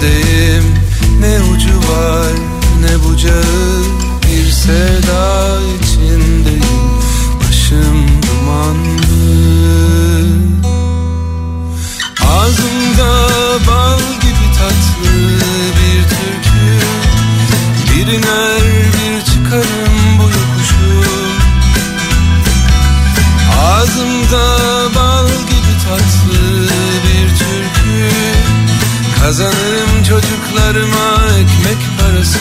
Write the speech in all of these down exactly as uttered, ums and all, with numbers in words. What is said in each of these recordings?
peşindeyim. Ne ucu var ne bucağı, bir sevda içindeyim. Başım dumanlı, ağzımda bal gibi tatlı bir türkü. Bir iner bir çıkarım bu yokuşu. Ağzımda bal gibi tatlı bir türkü. Kazanırım çocuklarıma ekmek parası.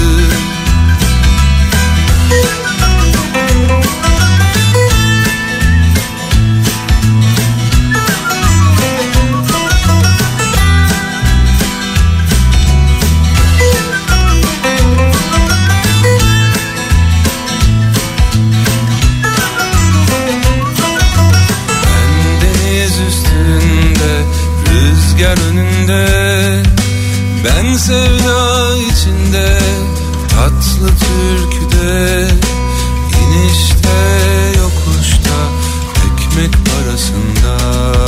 Rüzgar önünde, ben sevda içinde, tatlı türküde, inişte yokuşta, ekmek parasında.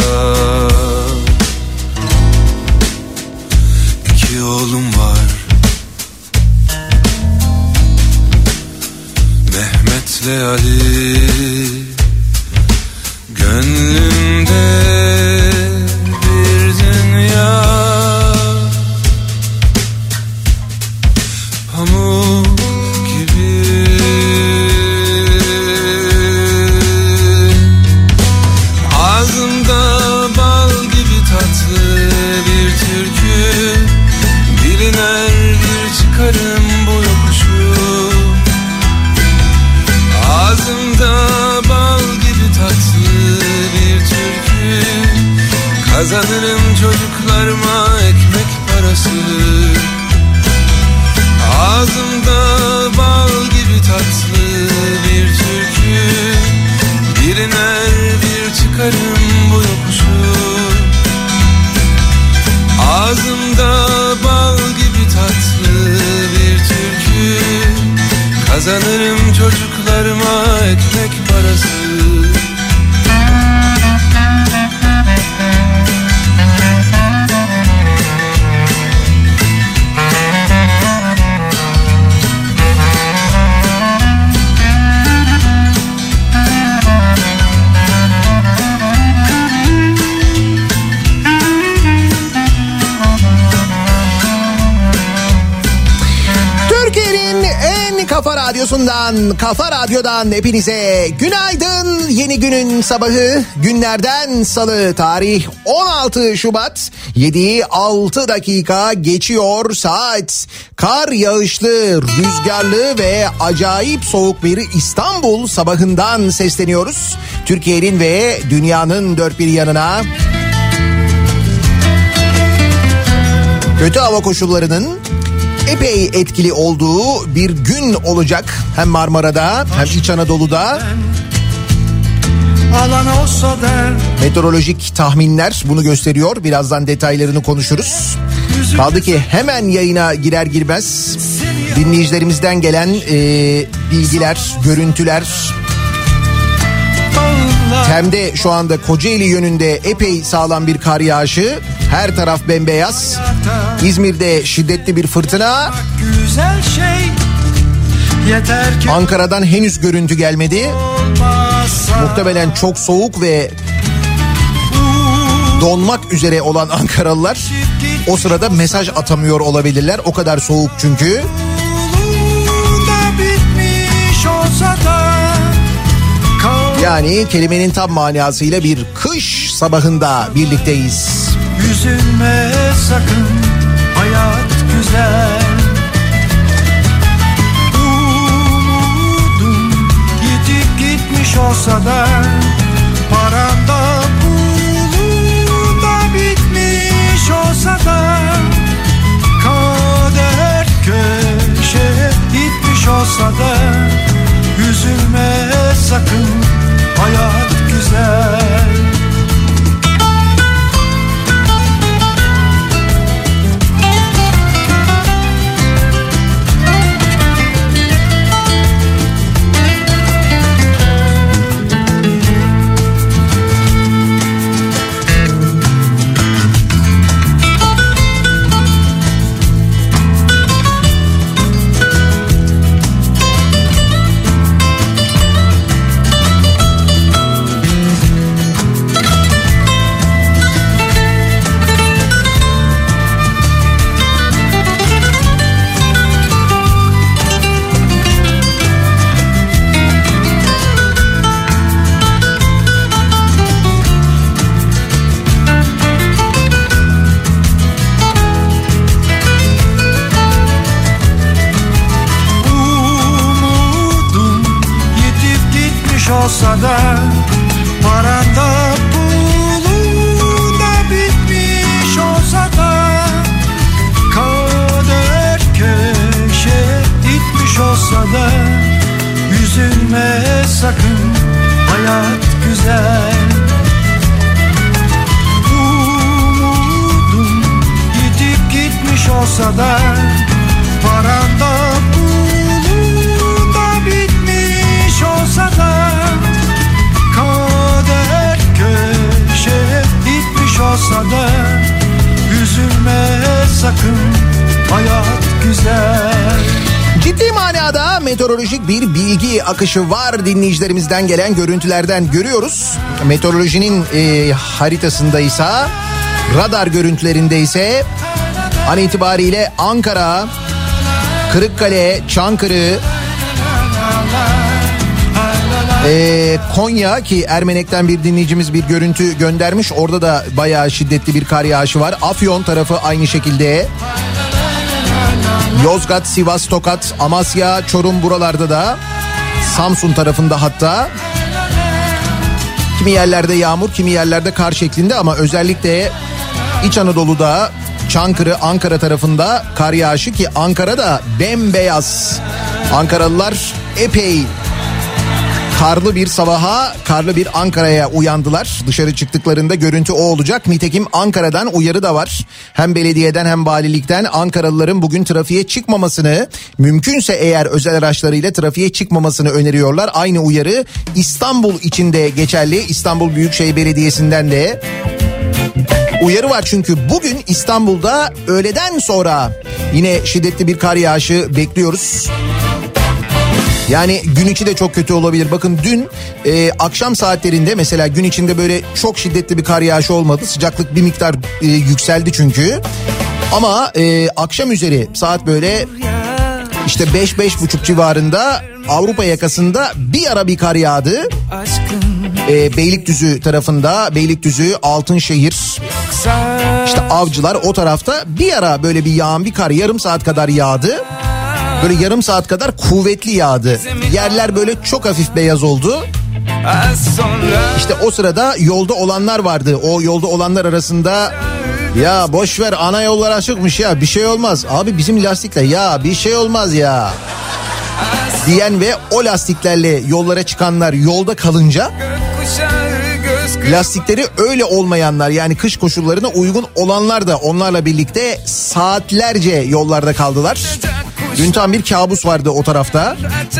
İki oğlum var, Mehmet'le Ali, gönlümde pamuk gibi. Ağzımda bal gibi tatlı bir türkü. Bir iner bir çıkarım bu yokuşu. Ağzımda bal gibi tatlı bir türkü. Kazanırım çocuklarıma ekmek parası. Ağzımda bal gibi tatlı bir türkü. Bir iner bir çıkarım bu yokuşu. Ağzımda bal gibi tatlı bir türkü. Kazanırım çocuklarıma ekmek parası. Kafa Radyosu'ndan, Kafa Radyo'dan hepinize günaydın. Yeni günün sabahı, günlerden salı, tarih on altı Şubat, yediyi altı dakika geçiyor saat. Kar yağışlı, rüzgarlı ve acayip soğuk bir İstanbul sabahından sesleniyoruz. Türkiye'nin ve dünyanın dört bir yanına. Kötü hava koşullarının epey etkili olduğu bir gün olacak. Hem Marmara'da hem İç Anadolu'da. Meteorolojik tahminler bunu gösteriyor. Birazdan detaylarını konuşuruz. Kaldı ki hemen yayına girer girmez dinleyicilerimizden gelen e, bilgiler, görüntüler. Tem'de şu anda Kocaeli yönünde epey sağlam bir kar yağışı. Her taraf bembeyaz. İzmir'de şiddetli bir fırtına. Ankara'dan henüz görüntü gelmedi. Muhtemelen çok soğuk ve donmak üzere olan Ankaralılar o sırada mesaj atamıyor olabilirler. O kadar soğuk çünkü. Yani kelimenin tam manasıyla bir kış sabahında birlikteyiz. Üzülme sakın, hayat güzel. Umudum yitip gitmiş olsa da, paranda pulunda bitmiş olsa da, kader köşe gitmiş olsa da, üzülme sakın, hayat güzel. olsa da paranda pulunda bitmiş olsa da kader köşe itmiş olsa da üzülme sakın, hayat güzel. Umudum gidip gitmiş olsa da paranda pulunda bitmiş olsa da kader köşe itmiş olsa da üzülme sakın, hayat güzel. Ciddi manada meteorolojik bir bilgi akışı var dinleyicilerimizden gelen görüntülerden görüyoruz. Meteorolojinin e, haritasındaysa, radar görüntülerindeyse an itibariyle Ankara, Kırıkkale, Çankırı, e, Konya ki Ermenek'ten bir dinleyicimiz bir görüntü göndermiş. Orada da bayağı şiddetli bir kar yağışı var. Afyon tarafı aynı şekilde. Yozgat, Sivas, Tokat, Amasya, Çorum buralarda da, Samsun tarafında hatta kimi yerlerde yağmur, kimi yerlerde kar şeklinde ama özellikle İç Anadolu'da, Çankırı, Ankara tarafında kar yağışı ki Ankara da bembeyaz. Ankaralılar epey karlı bir sabaha, karlı bir Ankara'ya uyandılar. Dışarı çıktıklarında görüntü o olacak. Nitekim Ankara'dan uyarı da var. Hem belediyeden hem valilikten Ankaralıların bugün trafiğe çıkmamasını, mümkünse eğer özel araçlarıyla trafiğe çıkmamasını öneriyorlar. Aynı uyarı İstanbul için de geçerli. İstanbul Büyükşehir Belediyesi'nden de uyarı var çünkü bugün İstanbul'da öğleden sonra yine şiddetli bir kar yağışı bekliyoruz. Yani gün içi de çok kötü olabilir. Bakın dün e, akşam saatlerinde mesela gün içinde böyle çok şiddetli bir kar yağışı olmadı. Sıcaklık bir miktar e, yükseldi çünkü. Ama e, akşam üzeri saat böyle işte beş beş buçuk civarında Avrupa yakasında bir ara bir kar yağdı. E, Beylikdüzü tarafında, Beylikdüzü, Altınşehir, işte Avcılar o tarafta bir ara böyle bir yağan bir kar yarım saat kadar yağdı. Böyle yarım saat kadar kuvvetli yağdı. Yerler böyle çok hafif beyaz oldu. İşte o sırada yolda olanlar vardı. O yolda olanlar arasında ya boş ver ana yollar açıkmış ya bir şey olmaz. Abi bizim lastikler ya bir şey olmaz ya diyen ve o lastiklerle yollara çıkanlar yolda kalınca lastikleri öyle olmayanlar yani kış koşullarına uygun olanlar da onlarla birlikte saatlerce yollarda kaldılar. Dün tam bir kabus vardı o tarafta.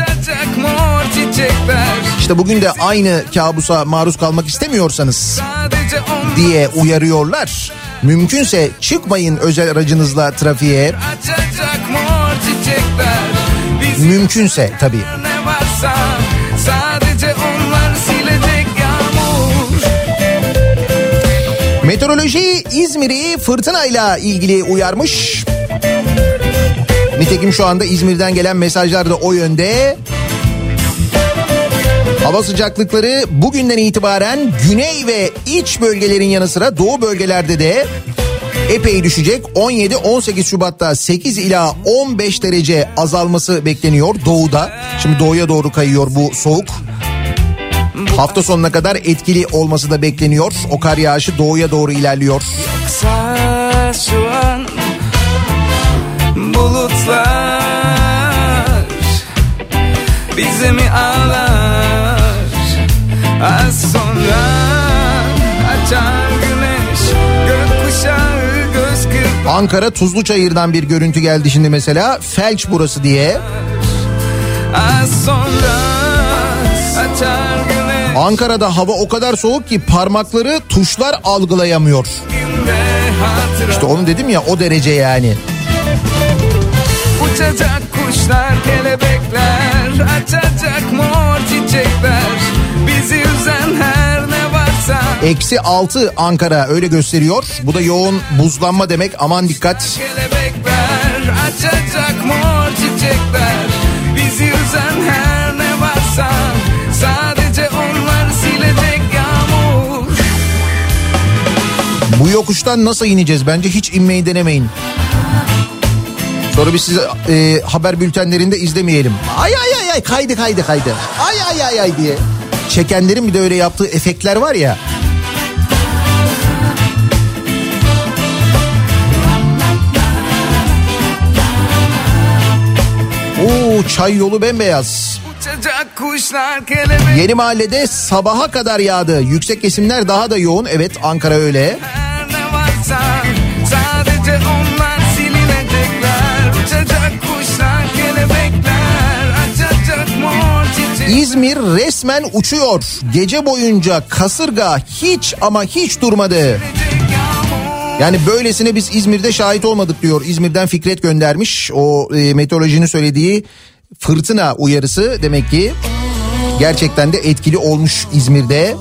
İşte bugün de aynı kabusa maruz kalmak istemiyorsanız diye uyarıyorlar. Mümkünse çıkmayın özel aracınızla trafiğe. Mümkünse tabii. Meteoroloji İzmir'i fırtınayla ilgili uyarmış. Nitekim şu anda İzmir'den gelen mesajlar da o yönde. Hava sıcaklıkları bugünden itibaren güney ve iç bölgelerin yanı sıra doğu bölgelerde de epey düşecek. on yedi on sekiz Şubat'ta sekiz ila on beş derece azalması bekleniyor doğuda. Şimdi doğuya doğru kayıyor bu soğuk. Hafta sonuna kadar etkili olması da bekleniyor. O kar yağışı doğuya doğru ilerliyor. Yoksa şu an bulutlar bizi mi ağlar? Az sonra açar güneş gökkuşağı göz kırpar. Ankara Tuzluçayır'dan bir görüntü geldi şimdi mesela. Felç burası diye. Az sonra açar güneş. Ankara'da hava o kadar soğuk ki parmakları tuşlar algılayamıyor. İşte onu dedim ya o derece yani. Uçacak kuşlar, kelebekler, açacak mor çiçekler. Bizi üzen her ne varsa. Eksi altı Ankara öyle gösteriyor. Bu da yoğun buzlanma demek, aman dikkat. Kelebekler, açacak mor çiçekler. Bizi üzen her ne varsa. Sadece onlar silecek yağmur. Bu yokuştan nasıl ineceğiz? Bence hiç inmeyi denemeyin. Sonra biz size e, haber bültenlerinde izlemeyelim. Ay ay ay ay kaydı kaydı kaydı. Ay ay ay ay diye. çekenlerin bir de öyle yaptığı efektler var ya. Oo, çay yolu bembeyaz. Kuşlar, kelebek. Yeni Mahallede sabaha kadar yağdı. Yüksek kesimler daha da yoğun. Evet, Ankara öyle. Her ne varsa sadece onlar silinecekler. Uçacak kuşlar, kelebekler. Açacak mor çiçekler. İzmir resmen uçuyor. Gece boyunca kasırga hiç ama hiç durmadı. Yani böylesine biz İzmir'de şahit olmadık diyor. İzmir'den Fikret göndermiş. O e, meteorolojinin söylediği fırtına uyarısı demek ki gerçekten de etkili olmuş İzmir'de.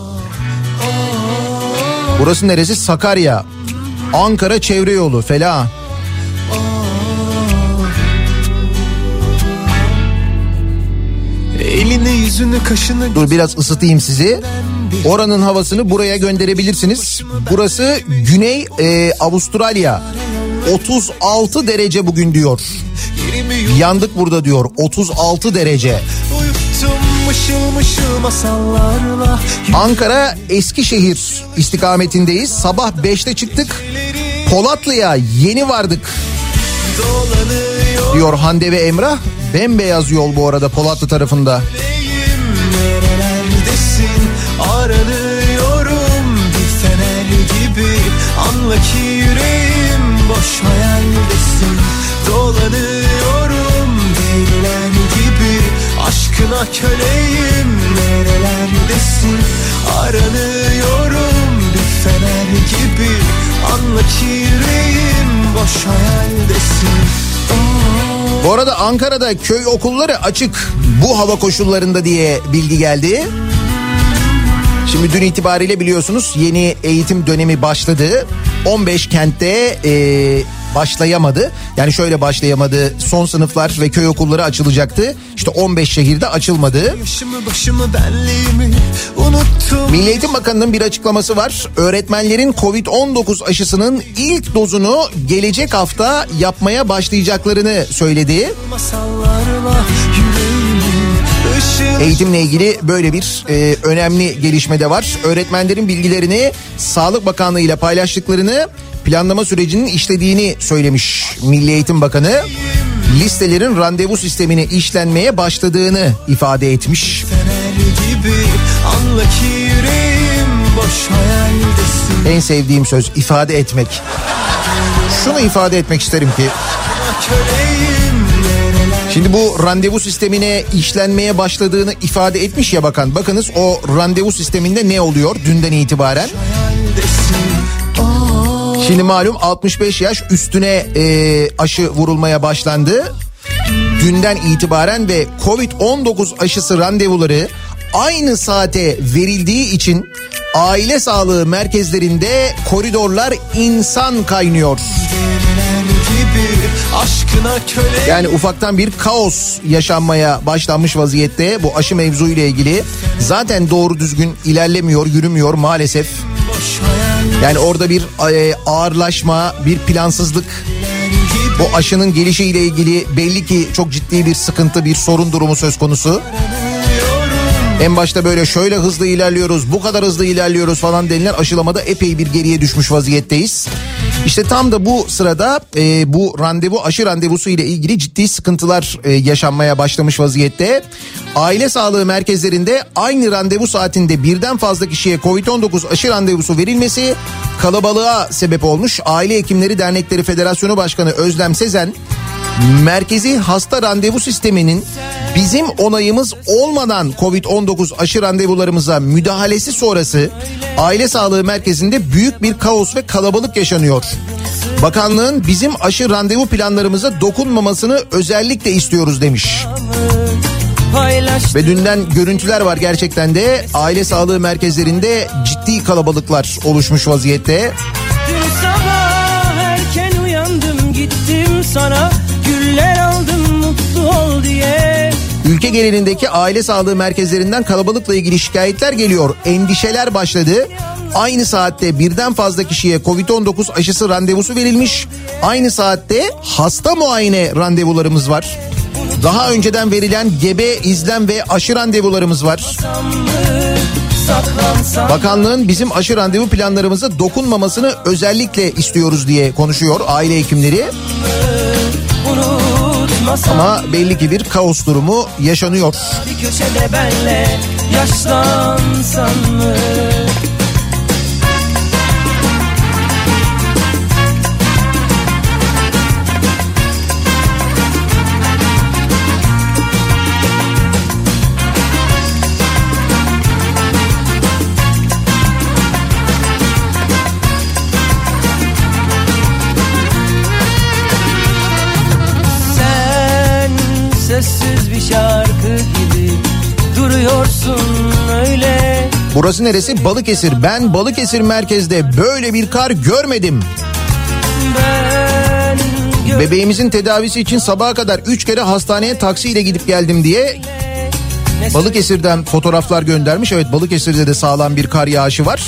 Burası neresi? Sakarya. Ankara çevre yolu fela. Elini yüzünü kaşını... Dur biraz ısıtayım sizi. Oranın havasını buraya gönderebilirsiniz. Burası Güney e, Avustralya. otuz altı derece bugün diyor. Yandık burada diyor. otuz altı derece. Mışıl mışıl masallarla. Ankara Eskişehir istikametindeyiz. Sabah beşte çıktık. Polatlı'ya yeni vardık diyor Hande ve Emrah. Bembeyaz yol bu arada Polatlı tarafında. Nerelerdesin? Aranıyorum bir fener gibi. Anla ki yüreğim boş hayaldesin. Dolanıyorum deliler gibi. Aşkına köleyim, nerelerdesin? Aranıyorum bir fener gibi. Anla ki yüreğim boş hayaldesin. Oh. Bu arada Ankara'da köy okulları açık bu hava koşullarında diye bilgi geldi. Şimdi dün itibariyle biliyorsunuz yeni eğitim dönemi başladı. on beş kentte e, başlayamadı. Yani şöyle başlayamadı. Son sınıflar ve köy okulları açılacaktı. İşte on beş şehirde açılmadı. Yaşımı, başımı, benliğimi unuttum. Milli Eğitim Bakanı'nın bir açıklaması var. Öğretmenlerin kovid on dokuz aşısının ilk dozunu gelecek hafta yapmaya başlayacaklarını söyledi. Masallarla yüreğimi ışıl... Eğitimle ilgili böyle bir e, önemli gelişme de var. Öğretmenlerin bilgilerini Sağlık Bakanlığı ile paylaştıklarını, planlama sürecinin işlediğini söylemiş Milli Eğitim Bakanı. Listelerin randevu sistemine işlenmeye başladığını ifade etmiş. Gibi, anla ki yüreğim boş hayaldesin. En sevdiğim söz ifade etmek. Şunu ifade etmek isterim ki şimdi bu randevu sistemine işlenmeye başladığını ifade etmiş ya bakan. Bakınız o randevu sisteminde ne oluyor dünden itibaren? Şimdi malum altmış beş yaş üstüne e, aşı vurulmaya başlandı. Dünden itibaren ve kovid on dokuz aşısı randevuları aynı saate verildiği için aile sağlığı merkezlerinde koridorlar insan kaynıyor. Yani ufaktan bir kaos yaşanmaya başlanmış vaziyette bu aşı mevzu ile ilgili. Zaten doğru düzgün ilerlemiyor, yürümüyor maalesef. Yani orada bir e, ağırlaşma, bir plansızlık. Bu aşının gelişiyle ilgili belli ki çok ciddi bir sıkıntı, bir sorun durumu söz konusu. En başta böyle şöyle hızlı ilerliyoruz, bu kadar hızlı ilerliyoruz falan denilen aşılamada epey bir geriye düşmüş vaziyetteyiz. İşte tam da bu sırada e, bu randevu aşı randevusu ile ilgili ciddi sıkıntılar e, yaşanmaya başlamış vaziyette. Aile sağlığı merkezlerinde aynı randevu saatinde birden fazla kişiye kovid on dokuz aşı randevusu verilmesi kalabalığa sebep olmuş. Aile Hekimleri Dernekleri Federasyonu Başkanı Özlem Sezen, merkezi hasta randevu sisteminin bizim onayımız olmadan kovid on dokuz aşı randevularımıza müdahalesi sonrası aile sağlığı merkezinde büyük bir kaos ve kalabalık yaşanıyor. Bakanlığın bizim aşı randevu planlarımıza dokunmamasını özellikle istiyoruz demiş. Ve dünden görüntüler var, gerçekten de aile sağlığı merkezlerinde ciddi kalabalıklar oluşmuş vaziyette. Dün sabah erken uyandım, gittim sana güller aldım mutlu ol diye. Ülke genelindeki aile sağlığı merkezlerinden kalabalıkla ilgili şikayetler geliyor. Endişeler başladı. Aynı saatte birden fazla kişiye kovid on dokuz aşısı randevusu verilmiş. Aynı saatte hasta muayene randevularımız var. Daha önceden verilen gebe, izlem ve aşı randevularımız var. Bakanlığın bizim aşı randevu planlarımıza dokunmamasını özellikle istiyoruz diye konuşuyor aile hekimleri. Ama belli ki bir kaos durumu yaşanıyor. Bir köşede benle yaşlansan mı? Sessiz bir şarkı gibi duruyorsun öyle. Burası neresi? Balıkesir. Ben Balıkesir merkezde böyle bir kar görmedim. Gö- Bebeğimizin tedavisi için sabaha kadar üç kere hastaneye taksiyle gidip geldim diye Balıkesir'den fotoğraflar göndermiş. Evet, Balıkesir'de de sağlam bir kar yağışı var.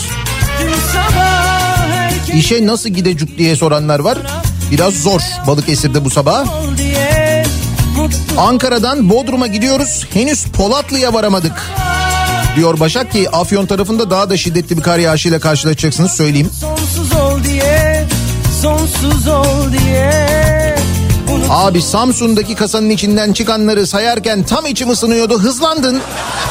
İşe nasıl gidecek diye soranlar var. Biraz zor Balıkesir'de bu sabah. Ankara'dan Bodrum'a gidiyoruz. Henüz Polatlı'ya varamadık diyor Başak, ki Afyon tarafında daha da şiddetli bir kar yağışıyla karşılaşacaksınız, söyleyeyim. Sonsuz ol diye, sonsuz ol diye. Abi Samsun'daki kasanın içinden çıkanları sayarken tam içim ısınıyordu, hızlandın.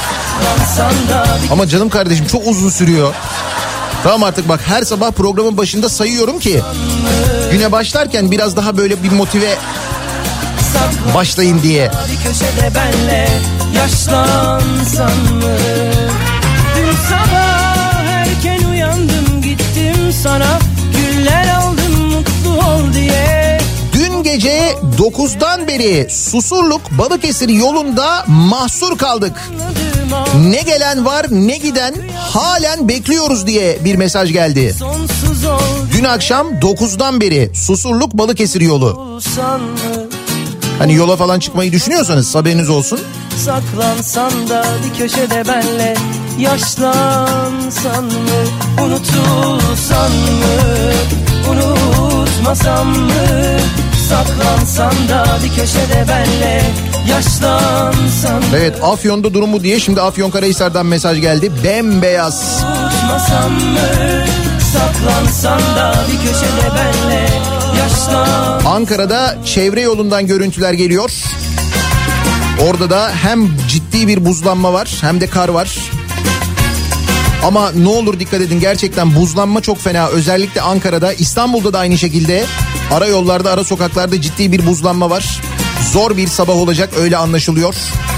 Ama canım kardeşim çok uzun sürüyor. Tamam artık bak, her sabah programın başında sayıyorum ki güne başlarken biraz daha böyle bir motive başlayın diye. Bir köşede benle yaşlansan mı? Dün sabah erken uyandım, gittim sana güller aldım mutlu ol diye. Dün gece dokuzdan beri Susurluk Balıkesir yolunda mahsur kaldık. Ne gelen var ne giden, halen bekliyoruz diye bir mesaj geldi. Dün akşam dokuzdan beri Susurluk Balıkesir yolu. Hani yola falan çıkmayı düşünüyorsanız haberiniz olsun. Saklansan da bir köşede benle yaşlansan mı? Unutulsan mı? Unutmasam mı? Saklansan da bir köşede benle yaşlansan mı? Evet, Afyon'da durumu diye şimdi Afyonkarahisar'dan mesaj geldi. Bembeyaz. Unutmasam mı? Saklansan da bir köşede benle yaşlan. Ankara'da çevre yolundan görüntüler geliyor. Orada da hem ciddi bir buzlanma var hem de kar var. Ama ne olur dikkat edin, gerçekten buzlanma çok fena. Özellikle Ankara'da, İstanbul'da da aynı şekilde ara yollarda, ara sokaklarda ciddi bir buzlanma var. Zor bir sabah olacak, öyle anlaşılıyor.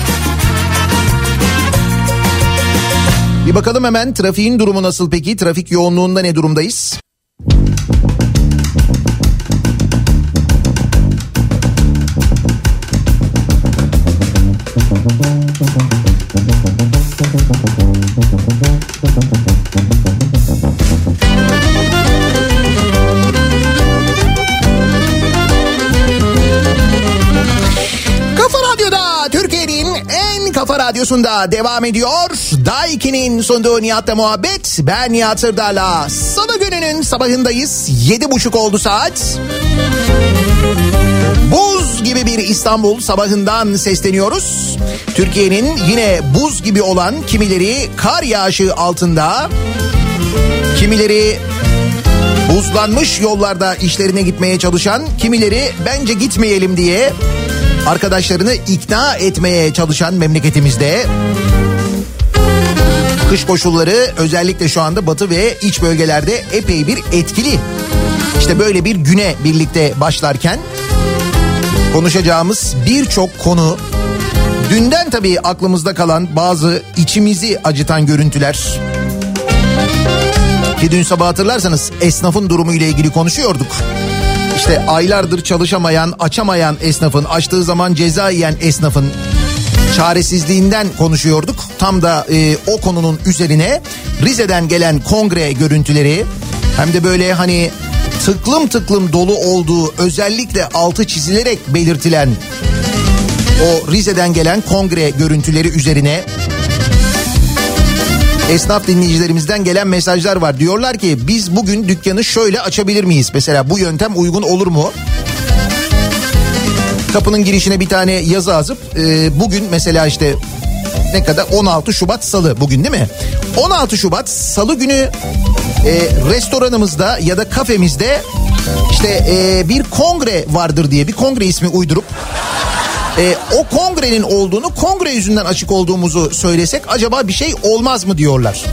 Bir bakalım hemen trafiğin durumu nasıl peki? Trafik yoğunluğunda ne durumdayız? Kafa Radyosu'nda devam ediyor. Daiki'nin sunduğu Nihat'la muhabbet. Ben Nihat Sırdar'la. Salı gününün sabahındayız. Yedi buçuk oldu saat. Buz gibi bir İstanbul sabahından sesleniyoruz. Türkiye'nin yine buz gibi olan, kimileri kar yağışı altında, kimileri buzlanmış yollarda işlerine gitmeye çalışan, kimileri bence gitmeyelim diye arkadaşlarını ikna etmeye çalışan memleketimizde kış koşulları özellikle şu anda batı ve iç bölgelerde epey bir etkili. İşte böyle bir güne birlikte başlarken konuşacağımız birçok konu, dünden tabii aklımızda kalan bazı içimizi acıtan görüntüler. Ki dün sabah hatırlarsanız esnafın durumuyla ilgili konuşuyorduk. İşte aylardır çalışamayan, açamayan esnafın, açtığı zaman ceza yiyen esnafın çaresizliğinden konuşuyorduk. Tam da e, o konunun üzerine Rize'den gelen kongre görüntüleri, hem de böyle hani tıklım tıklım dolu olduğu özellikle altı çizilerek belirtilen o Rize'den gelen kongre görüntüleri üzerine esnaf dinleyicilerimizden gelen mesajlar var. Diyorlar ki biz bugün dükkanı şöyle açabilir miyiz? Mesela bu yöntem uygun olur mu? kapının girişine bir tane yazı asıp e, bugün mesela işte ne kadar on altı Şubat Salı bugün değil mi? on altı Şubat Salı günü e, restoranımızda ya da kafemizde işte e, bir kongre vardır diye bir kongre ismi uydurup e, o kongrenin olduğunu, kongre yüzünden açık olduğumuzu söylesek acaba bir şey olmaz mı diyorlar.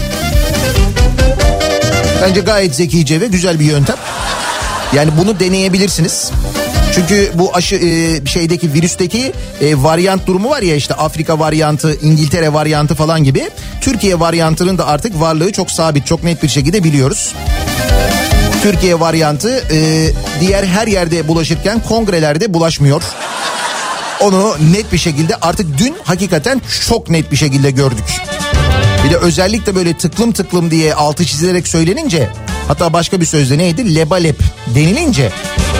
Bence gayet zekice ve güzel bir yöntem. Yani bunu deneyebilirsiniz. Çünkü bu aşı e, şeydeki virüsteki e, varyant durumu var ya, işte Afrika varyantı, İngiltere varyantı falan gibi. Türkiye varyantının da artık varlığı çok sabit, çok net bir şekilde biliyoruz. Türkiye varyantı e, diğer her yerde bulaşırken kongrelerde bulaşmıyor. Onu net bir şekilde artık dün hakikaten çok net bir şekilde gördük. Bir de özellikle böyle tıklım tıklım diye altı çizilerek söylenince, hatta başka bir sözde neydi, lebalep denilince.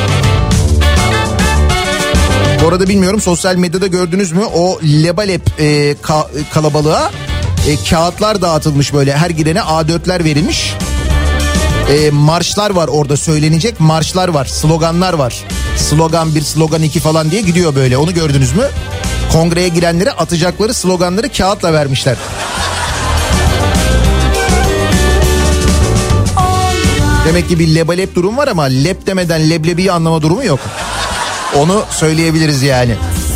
Bu arada bilmiyorum sosyal medyada gördünüz mü, o lebalep e, ka- kalabalığa e, kağıtlar dağıtılmış, böyle her girene A dörtler verilmiş. E, marşlar var orada, söylenecek marşlar var, sloganlar var. Slogan bir, slogan iki falan diye gidiyor böyle, onu gördünüz mü? Kongreye girenlere atacakları sloganları kağıtla vermişler. Demek ki bir lebalep durum var ama lep demeden leblebiyi anlama durumu yok. Onu söyleyebiliriz yani.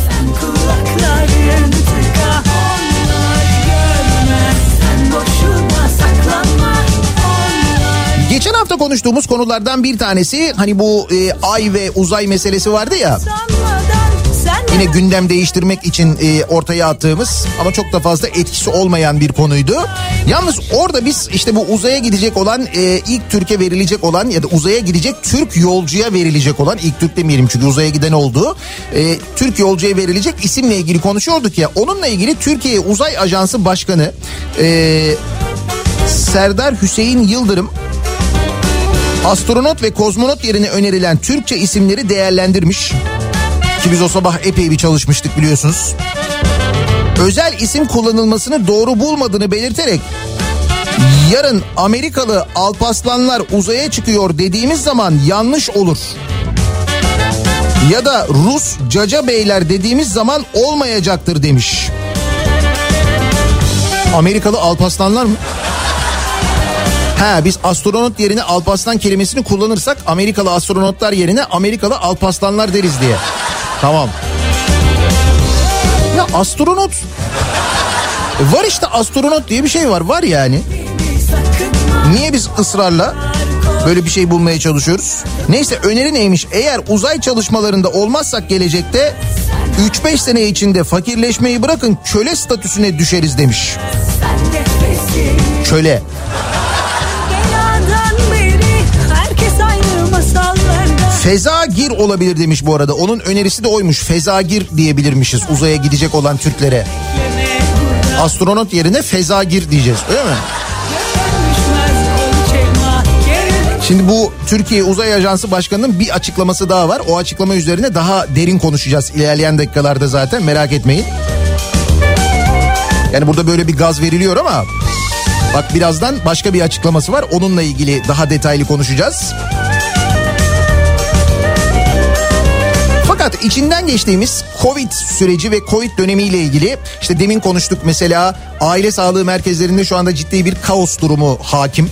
Geçen hafta konuştuğumuz konulardan bir tanesi hani bu e, ay ve uzay meselesi vardı ya. Yine gündem değiştirmek için e, ortaya attığımız ama çok da fazla etkisi olmayan bir konuydu. Yalnız orada biz işte bu uzaya gidecek olan e, ilk Türkiye verilecek olan ya da uzaya gidecek Türk yolcuya verilecek olan, ilk Türk demeyelim çünkü uzaya giden oldu. E, Türk yolcuya verilecek isimle ilgili konuşuyorduk ya. Onunla ilgili Türkiye Uzay Ajansı Başkanı e, Serdar Hüseyin Yıldırım astronot ve kozmonot yerine önerilen Türkçe isimleri değerlendirmiş. Ki biz o sabah epey bir çalışmıştık biliyorsunuz. Özel isim kullanılmasını doğru bulmadığını belirterek yarın Amerikalı Alparslanlar uzaya çıkıyor dediğimiz zaman yanlış olur. Ya da Rus Caca Beyler dediğimiz zaman olmayacaktır demiş. Amerikalı Alparslanlar mı? Ha, biz astronot yerine Alparslan kelimesini kullanırsak Amerikalı astronotlar yerine Amerikalı Alparslanlar deriz diye. Tamam. Ya astronot var işte, astronot diye bir şey var var yani. Niye biz ısrarla böyle bir şey bulmaya çalışıyoruz? Neyse, öneri neymiş? Eğer uzay çalışmalarında olmazsak gelecekte üç beş sene içinde fakirleşmeyi bırakın köle statüsüne düşeriz demiş. Köle. Fezagir olabilir demiş bu arada. Onun önerisi de oymuş. Fezagir diyebilirmişiz uzaya gidecek olan Türklere. Astronot yerine fezagir diyeceğiz, öyle mi? Şimdi bu Türkiye Uzay Ajansı Başkanı'nın bir açıklaması daha var. O açıklama üzerine daha derin konuşacağız ilerleyen dakikalarda zaten, merak etmeyin. Yani burada böyle bir gaz veriliyor ama bak birazdan başka bir açıklaması var. Onunla ilgili daha detaylı konuşacağız. Fakat içinden geçtiğimiz Covid süreci ve Covid dönemiyle ilgili işte demin konuştuk, mesela aile sağlığı merkezlerinde şu anda ciddi bir kaos durumu hakim.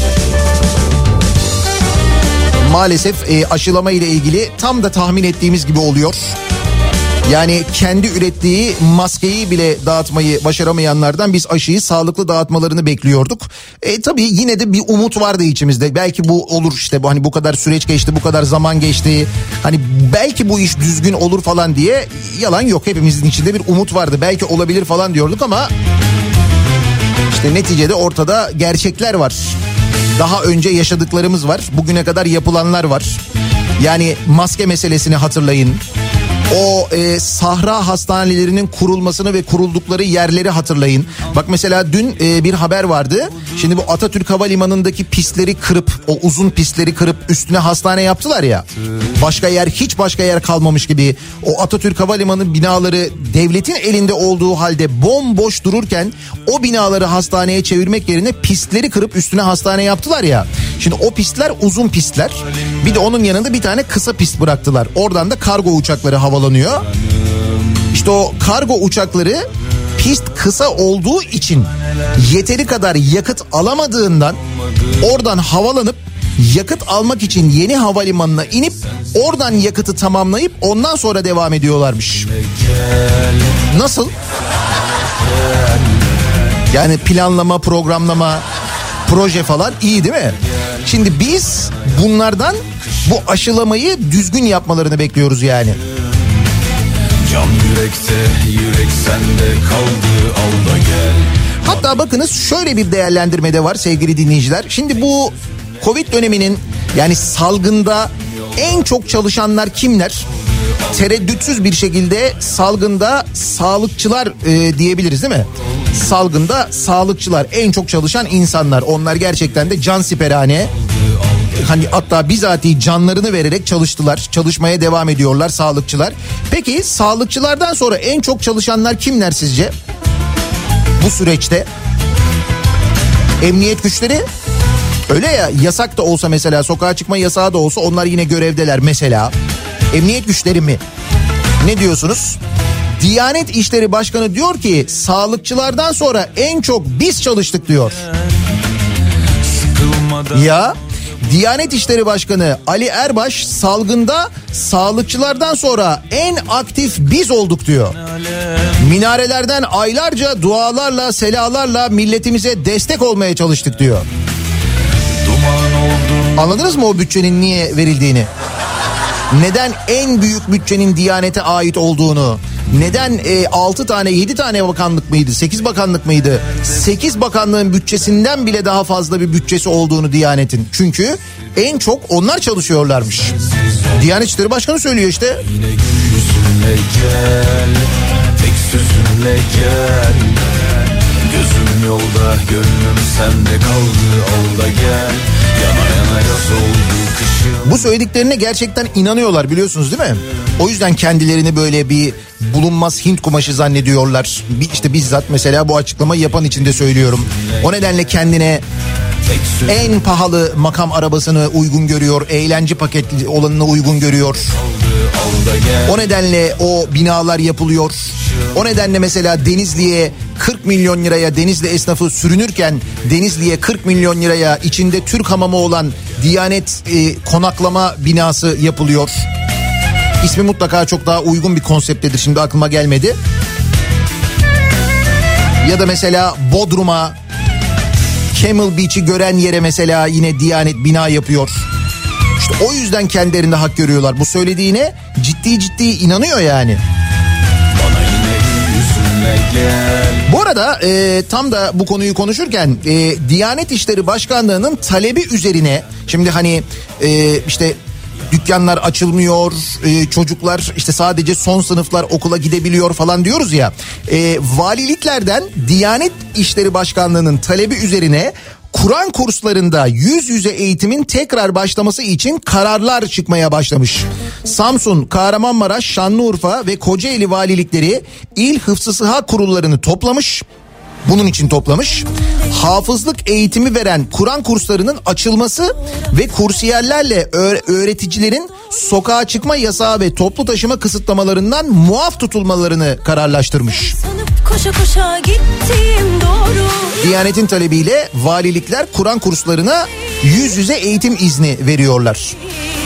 Maalesef e, aşılama ile ilgili tam da tahmin ettiğimiz gibi oluyor. Yani kendi ürettiği maskeyi bile dağıtmayı başaramayanlardan biz aşıyı sağlıklı dağıtmalarını bekliyorduk. E tabii yine de bir umut vardı içimizde. Belki bu olur işte, bu hani bu kadar süreç geçti, bu kadar zaman geçti. Hani belki bu iş düzgün olur falan diye, yalan yok, hepimizin içinde bir umut vardı. Belki olabilir falan diyorduk ama işte neticede ortada gerçekler var. Daha önce yaşadıklarımız var. Bugüne kadar yapılanlar var. Yani maske meselesini hatırlayın. O e, sahra hastanelerinin kurulmasını ve kuruldukları yerleri hatırlayın. Bak mesela dün e, bir haber vardı. Şimdi bu Atatürk Havalimanı'ndaki pistleri kırıp, o uzun pistleri kırıp üstüne hastane yaptılar ya. Başka yer, hiç başka yer kalmamış gibi. O Atatürk Havalimanı binaları devletin elinde olduğu halde bomboş dururken o binaları hastaneye çevirmek yerine pistleri kırıp üstüne hastane yaptılar ya. Şimdi o pistler uzun pistler. Bir de onun yanında bir tane kısa pist bıraktılar. Oradan da kargo uçakları havalanıyor. İşte o kargo uçakları pist kısa olduğu için yeteri kadar yakıt alamadığından oradan havalanıp yakıt almak için yeni havalimanına inip oradan yakıtı tamamlayıp ondan sonra devam ediyorlarmış. Nasıl? Yani planlama, programlama, proje falan iyi değil mi? Şimdi biz bunlardan bu aşılamayı düzgün yapmalarını bekliyoruz yani. Can yürekte, yürek sende kaldı, al da gel. Hatta bakınız şöyle bir değerlendirme de var sevgili dinleyiciler. Şimdi bu Covid döneminin yani salgında en çok çalışanlar kimler? Tereddütsüz bir şekilde salgında sağlıkçılar e, diyebiliriz değil mi? Salgında sağlıkçılar en çok çalışan insanlar. Onlar gerçekten de cansiperhane. Hani hatta bizatihi canlarını vererek çalıştılar. Çalışmaya devam ediyorlar sağlıkçılar. Peki sağlıkçılardan sonra en çok çalışanlar kimler sizce? Bu süreçte emniyet güçleri, öyle ya, yasak da olsa mesela, sokağa çıkma yasağı da olsa onlar yine görevdeler mesela. Emniyet güçleri mi? Ne diyorsunuz? Diyanet İşleri Başkanı diyor ki sağlıkçılardan sonra en çok biz çalıştık diyor. Ya Diyanet İşleri Başkanı Ali Erbaş salgında sağlıkçılardan sonra en aktif biz olduk diyor. Minarelerden aylarca dualarla, selalarla milletimize destek olmaya çalıştık diyor. Anladınız mı o bütçenin niye verildiğini? Neden en büyük bütçenin Diyanet'e ait olduğunu? Neden e, altı tane yedi tane bakanlık mıydı, sekiz bakanlık mıydı? sekiz bakanlığın bütçesinden bile daha fazla bir bütçesi olduğunu Diyanet'in. Çünkü en çok onlar çalışıyorlarmış. Diyanet İşleri Başkanı söylüyor işte. Yine yüzünle gel, tek sözünle gel. Gözüm yolda, gönlüm sende kaldı, al da gel. Yana yana yaz oldu kışım. Bu söylediklerine gerçekten inanıyorlar, biliyorsunuz değil mi? O yüzden kendilerini böyle bir bulunmaz Hint kumaşı zannediyorlar. Bir işte bizzat mesela bu açıklamayı yapan için de söylüyorum. O nedenle kendine en pahalı makam arabasını uygun görüyor, eğlence paketli olanını uygun görüyor. O nedenle o binalar yapılıyor. O nedenle mesela Denizli'ye kırk milyon liraya, Denizli esnafı sürünürken Denizli'ye kırk milyon liraya içinde Türk hamamı olan Diyanet e, konaklama binası yapılıyor. İsmi mutlaka çok daha uygun bir konsepttedir, şimdi aklıma gelmedi. Ya da mesela Bodrum'a, Camel Beach'i gören yere mesela yine Diyanet bina yapıyor. İşte o yüzden kendilerinde hak görüyorlar. Bu söylediğine ciddi ciddi inanıyor yani. Bana yine yüzünle gel. Bu arada e, tam da bu konuyu konuşurken e, Diyanet İşleri Başkanlığı'nın talebi üzerine, şimdi hani e, işte dükkanlar açılmıyor, e, çocuklar işte sadece son sınıflar okula gidebiliyor falan diyoruz ya. E, valiliklerden Diyanet İşleri Başkanlığı'nın talebi üzerine Kur'an kurslarında yüz yüze eğitimin tekrar başlaması için kararlar çıkmaya başlamış. Samsun, Kahramanmaraş, Şanlıurfa ve Kocaeli valilikleri il hıfzı sıha kurullarını toplamış. Bunun için toplamış. Hafızlık eğitimi veren Kur'an kurslarının açılması ve kursiyerlerle öğreticilerin sokağa çıkma yasağı ve toplu taşıma kısıtlamalarından muaf tutulmalarını kararlaştırmış. Koşa koşa gittim doğru. Diyanet'in talebiyle valilikler Kur'an kurslarına yüz yüze eğitim izni veriyorlar.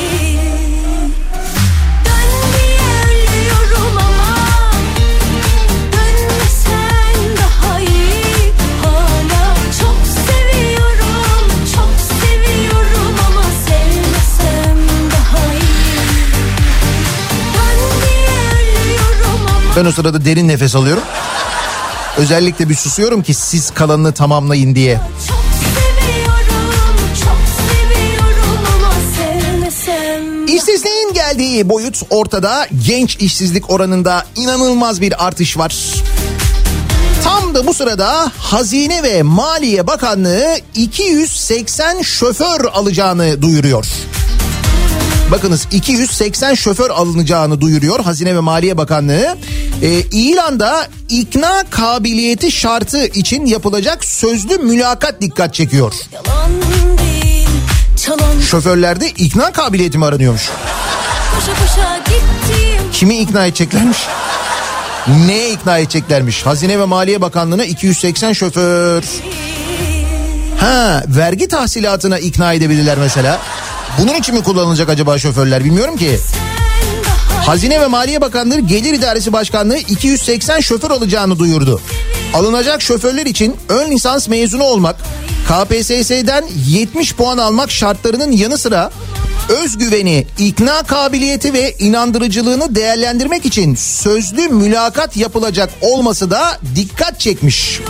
Ben o sırada derin nefes alıyorum. Özellikle bir susuyorum ki siz kalanını tamamlayın diye. Çok seviyorum, çok seviyorum ama sevmesem. İşsizliğin geldiği boyut ortada. Genç işsizlik oranında inanılmaz bir artış var. Tam da bu sırada Hazine ve Maliye Bakanlığı iki yüz seksen şoför alacağını duyuruyor. Bakınız, iki yüz seksen şoför alınacağını duyuruyor Hazine ve Maliye Bakanlığı. E, İlan'da ikna kabiliyeti şartı için yapılacak sözlü mülakat dikkat çekiyor. Yalan değil, çalan. Şoförlerde ikna kabiliyeti mi aranıyormuş? Koşa koşa gittim. Kimi ikna edeceklermiş? Neye ikna edeceklermiş? Hazine ve Maliye Bakanlığı'na iki yüz seksen şoför. Ha, vergi tahsilatına ikna edebilirler mesela. Bunun için mi kullanılacak acaba şoförler, bilmiyorum ki. Hazine ve Maliye Bakanlığı Gelir İdaresi Başkanlığı iki yüz seksen şoför alacağını duyurdu. Alınacak şoförler için ön lisans mezunu olmak, K P S S'den yetmiş puan almak şartlarının yanı sıra özgüveni, ikna kabiliyeti ve inandırıcılığını değerlendirmek için sözlü mülakat yapılacak olması da dikkat çekmiş.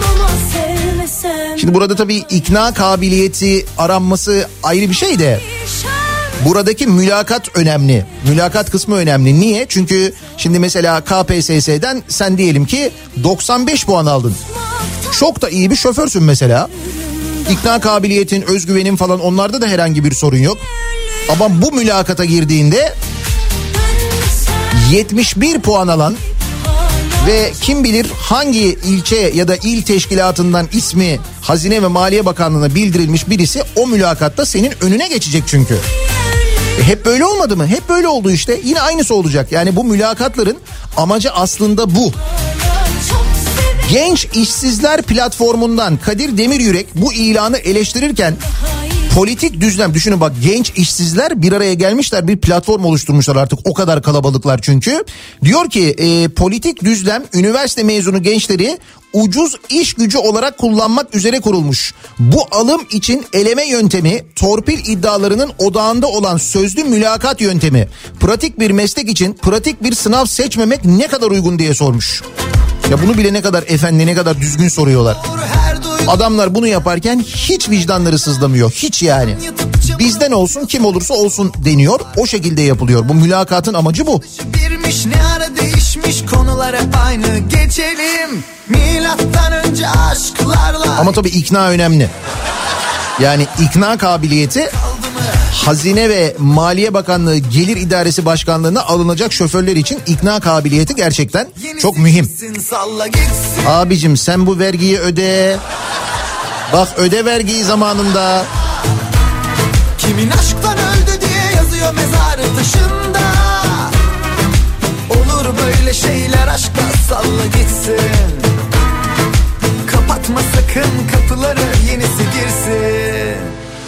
Şimdi burada tabii ikna kabiliyeti aranması ayrı bir şey de buradaki mülakat önemli. Mülakat kısmı önemli. Niye? Çünkü şimdi mesela K P S S'den sen diyelim ki doksan beş puan aldın. Çok da iyi bir şoförsün mesela. İkna kabiliyetin, özgüvenin falan, onlarda da herhangi bir sorun yok. Ama bu mülakata girdiğinde yetmiş bir puan alan ve kim bilir hangi ilçe ya da il teşkilatından ismi Hazine ve Maliye Bakanlığı'na bildirilmiş birisi o mülakatta senin önüne geçecek çünkü. E hep böyle olmadı mı? Hep böyle oldu işte. Yine aynısı olacak. Yani bu mülakatların amacı aslında bu. Genç İşsizler Platformu'ndan Kadir Demiryürek bu ilanı eleştirirken politik düzlem, düşünün bak, genç işsizler bir araya gelmişler, bir platform oluşturmuşlar artık, o kadar kalabalıklar çünkü. Diyor ki e, politik düzlem üniversite mezunu gençleri ucuz iş gücü olarak kullanmak üzere kurulmuş. Bu alım için eleme yöntemi, torpil iddialarının odağında olan sözlü mülakat yöntemi, pratik bir meslek için pratik bir sınav seçmemek ne kadar uygun diye sormuş. Ya bunu bile ne kadar efendi, ne kadar düzgün soruyorlar. Adamlar bunu yaparken hiç vicdanları sızlamıyor. Hiç yani. Bizden olsun, kim olursa olsun deniyor. O şekilde yapılıyor. Bu mülakatın amacı bu. Birmiş, ne ara değişmiş, konular hep aynı. Geçelim milattan önce aşklarla. Ama tabii ikna önemli. Yani ikna kabiliyeti Hazine ve Maliye Bakanlığı Gelir İdaresi Başkanlığı'na alınacak şoförler için ikna kabiliyeti gerçekten çok mühim. Abicim sen bu vergiyi öde. Bak öde vergiyi zamanında. Kimin aşktan öldü diye yazıyor mezarı taşında. Olur böyle şeyler, aşkla salla gitsin. Kapatma sakın kapıları, yenisi girsin.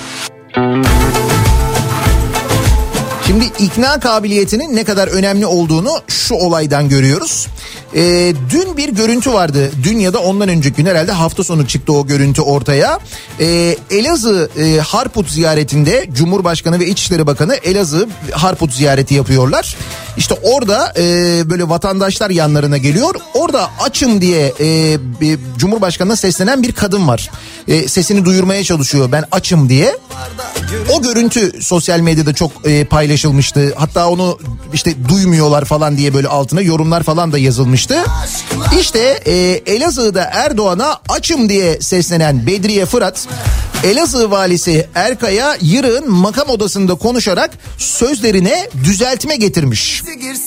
Şimdi ikna kabiliyetinin ne kadar önemli olduğunu şu olaydan görüyoruz. Ee, dün bir görüntü vardı. Dün ya da ondan önceki gün, herhalde hafta sonu çıktı o görüntü ortaya. Ee, Elazığ e, Harput ziyaretinde Cumhurbaşkanı ve İçişleri Bakanı Elazığ Harput ziyareti yapıyorlar. İşte orada e, böyle vatandaşlar yanlarına geliyor. Orada açım diye e, e, Cumhurbaşkanı'na seslenen bir kadın var. E, sesini duyurmaya çalışıyor, ben açım diye. O görüntü sosyal medyada çok e, paylaşılmıştı. Hatta onu işte duymuyorlar falan diye böyle altına yorumlar falan da yazılmıştı. İşte e, Elazığ'da Erdoğan'a açım diye seslenen Bedriye Fırat, Elazığ valisi Erkay'a Yırık'ın makam odasında konuşarak sözlerine düzeltme getirmiş.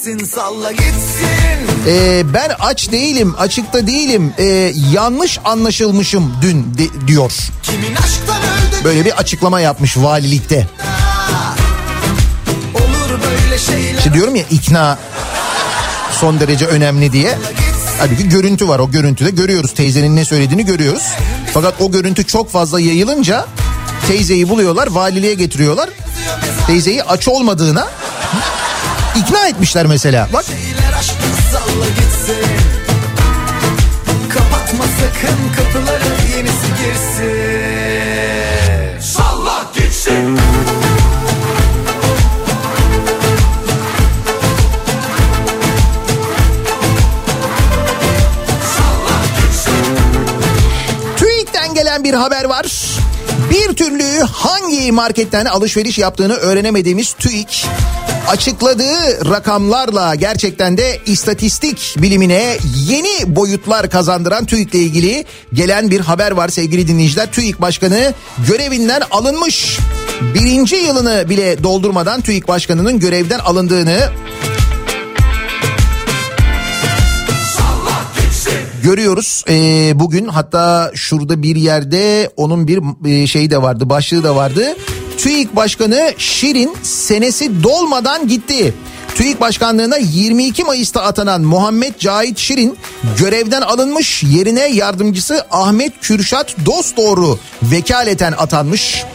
E, ben aç değilim, açıkta değilim, e, yanlış anlaşılmışım dün de, diyor. Böyle bir açıklama yapmış valilikte. İşte diyorum ya, ikna son derece önemli diye. Halbuki görüntü var, o görüntüde görüyoruz, teyzenin ne söylediğini görüyoruz. Fakat o görüntü çok fazla yayılınca teyzeyi buluyorlar, valiliğe getiriyorlar. Teyzeyi aç olmadığına ikna etmişler mesela. Bak. Kapatma sakın kapıları, yenisi girsin. Salla gitsin. TÜİK'ten gelen bir haber var. Bir türlü hangi marketten alışveriş yaptığını öğrenemediğimiz TÜİK açıkladığı rakamlarla gerçekten de istatistik bilimine yeni boyutlar kazandıran TÜİK'le ilgili gelen bir haber var sevgili dinleyiciler. TÜİK Başkanı görevinden alınmış. Birinci yılını bile doldurmadan TÜİK Başkanı'nın görevden alındığını görüyoruz. Ee, bugün hatta şurada bir yerde onun bir e, şeyi de vardı, başlığı da vardı. TÜİK Başkanı Şirin senesi dolmadan gitti. TÜİK Başkanlığı'na yirmi iki Mayıs'ta atanan Muhammed Cahit Şirin görevden alınmış, yerine yardımcısı Ahmet Kürşat Dostdoğru vekaleten atanmış.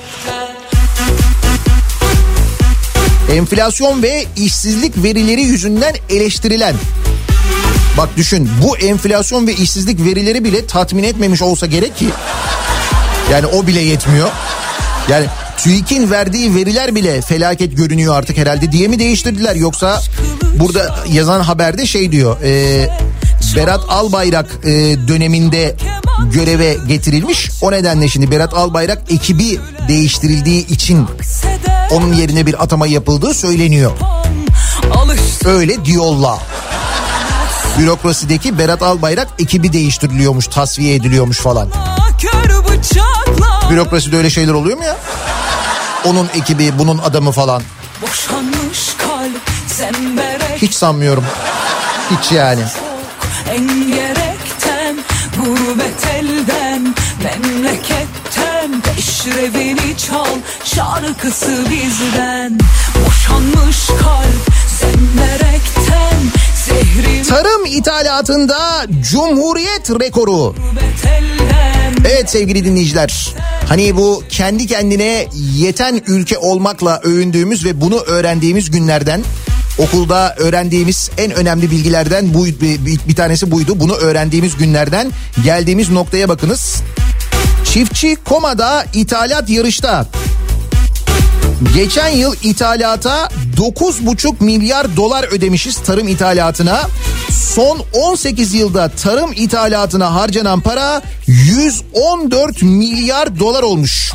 Enflasyon ve işsizlik verileri yüzünden eleştirilen, bak düşün, bu enflasyon ve işsizlik verileri bile tatmin etmemiş olsa gerek ki, yani o bile yetmiyor. Yani TÜİK'in verdiği veriler bile felaket görünüyor artık herhalde diye mi değiştirdiler, yoksa burada yazan haberde şey diyor, e, Berat Albayrak e, döneminde göreve getirilmiş, o nedenle şimdi Berat Albayrak ekibi değiştirildiği için onun yerine bir atama yapıldığı söyleniyor. Öyle diyorlar. Bürokrasideki Berat Albayrak ekibi değiştiriliyormuş, tasfiye ediliyormuş falan. Bürokraside öyle şeyler oluyor mu ya? Onun ekibi, bunun adamı falan. Hiç sanmıyorum. Hiç yani. En gerekten, gurbet elden, memleketten, peşrevini çal, şarkısı bizden. Boşanmış kalp zemberekten, zehri... Tarım ithalatında Cumhuriyet rekoru. Evet sevgili dinleyiciler, hani bu kendi kendine yeten ülke olmakla övündüğümüz ve bunu öğrendiğimiz günlerden, okulda öğrendiğimiz en önemli bilgilerden bu, bir, bir tanesi buydu. Bunu öğrendiğimiz günlerden geldiğimiz noktaya bakınız. Çiftçi komada, ithalat yarışta. Geçen yıl ithalata dokuz buçuk milyar dolar ödemişiz, tarım ithalatına. Son on sekiz yılda tarım ithalatına harcanan para yüz on dört milyar dolar olmuş.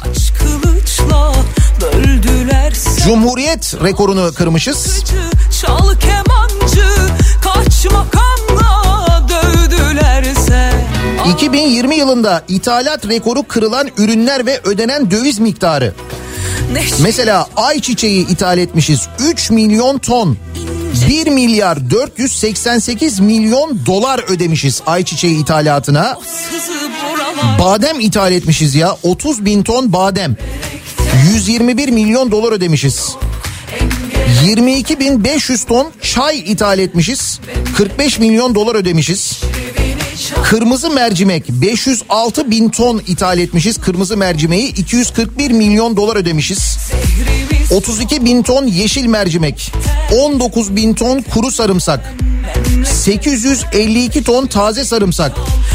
Cumhuriyet rekorunu kırmışız. Çal kemancı, kaç makamla dövdülerse. iki bin yirmi yılında ithalat rekoru kırılan ürünler ve ödenen döviz miktarı. Mesela ayçiçeği ithal etmişiz, üç milyon ton. bir milyar dört yüz seksen sekiz milyon dolar ödemişiz ayçiçeği ithalatına. Badem ithal etmişiz ya, otuz bin ton badem. yüz yirmi bir milyon dolar ödemişiz. yirmi iki bin beş yüz ton çay ithal etmişiz. kırk beş milyon dolar ödemişiz. Kırmızı mercimek beş yüz altı bin ton ithal etmişiz. Kırmızı mercimeği iki yüz kırk bir milyon dolar ödemişiz. otuz iki bin ton yeşil mercimek, on dokuz bin ton kuru sarımsak, sekiz yüz elli iki ton taze sarımsak,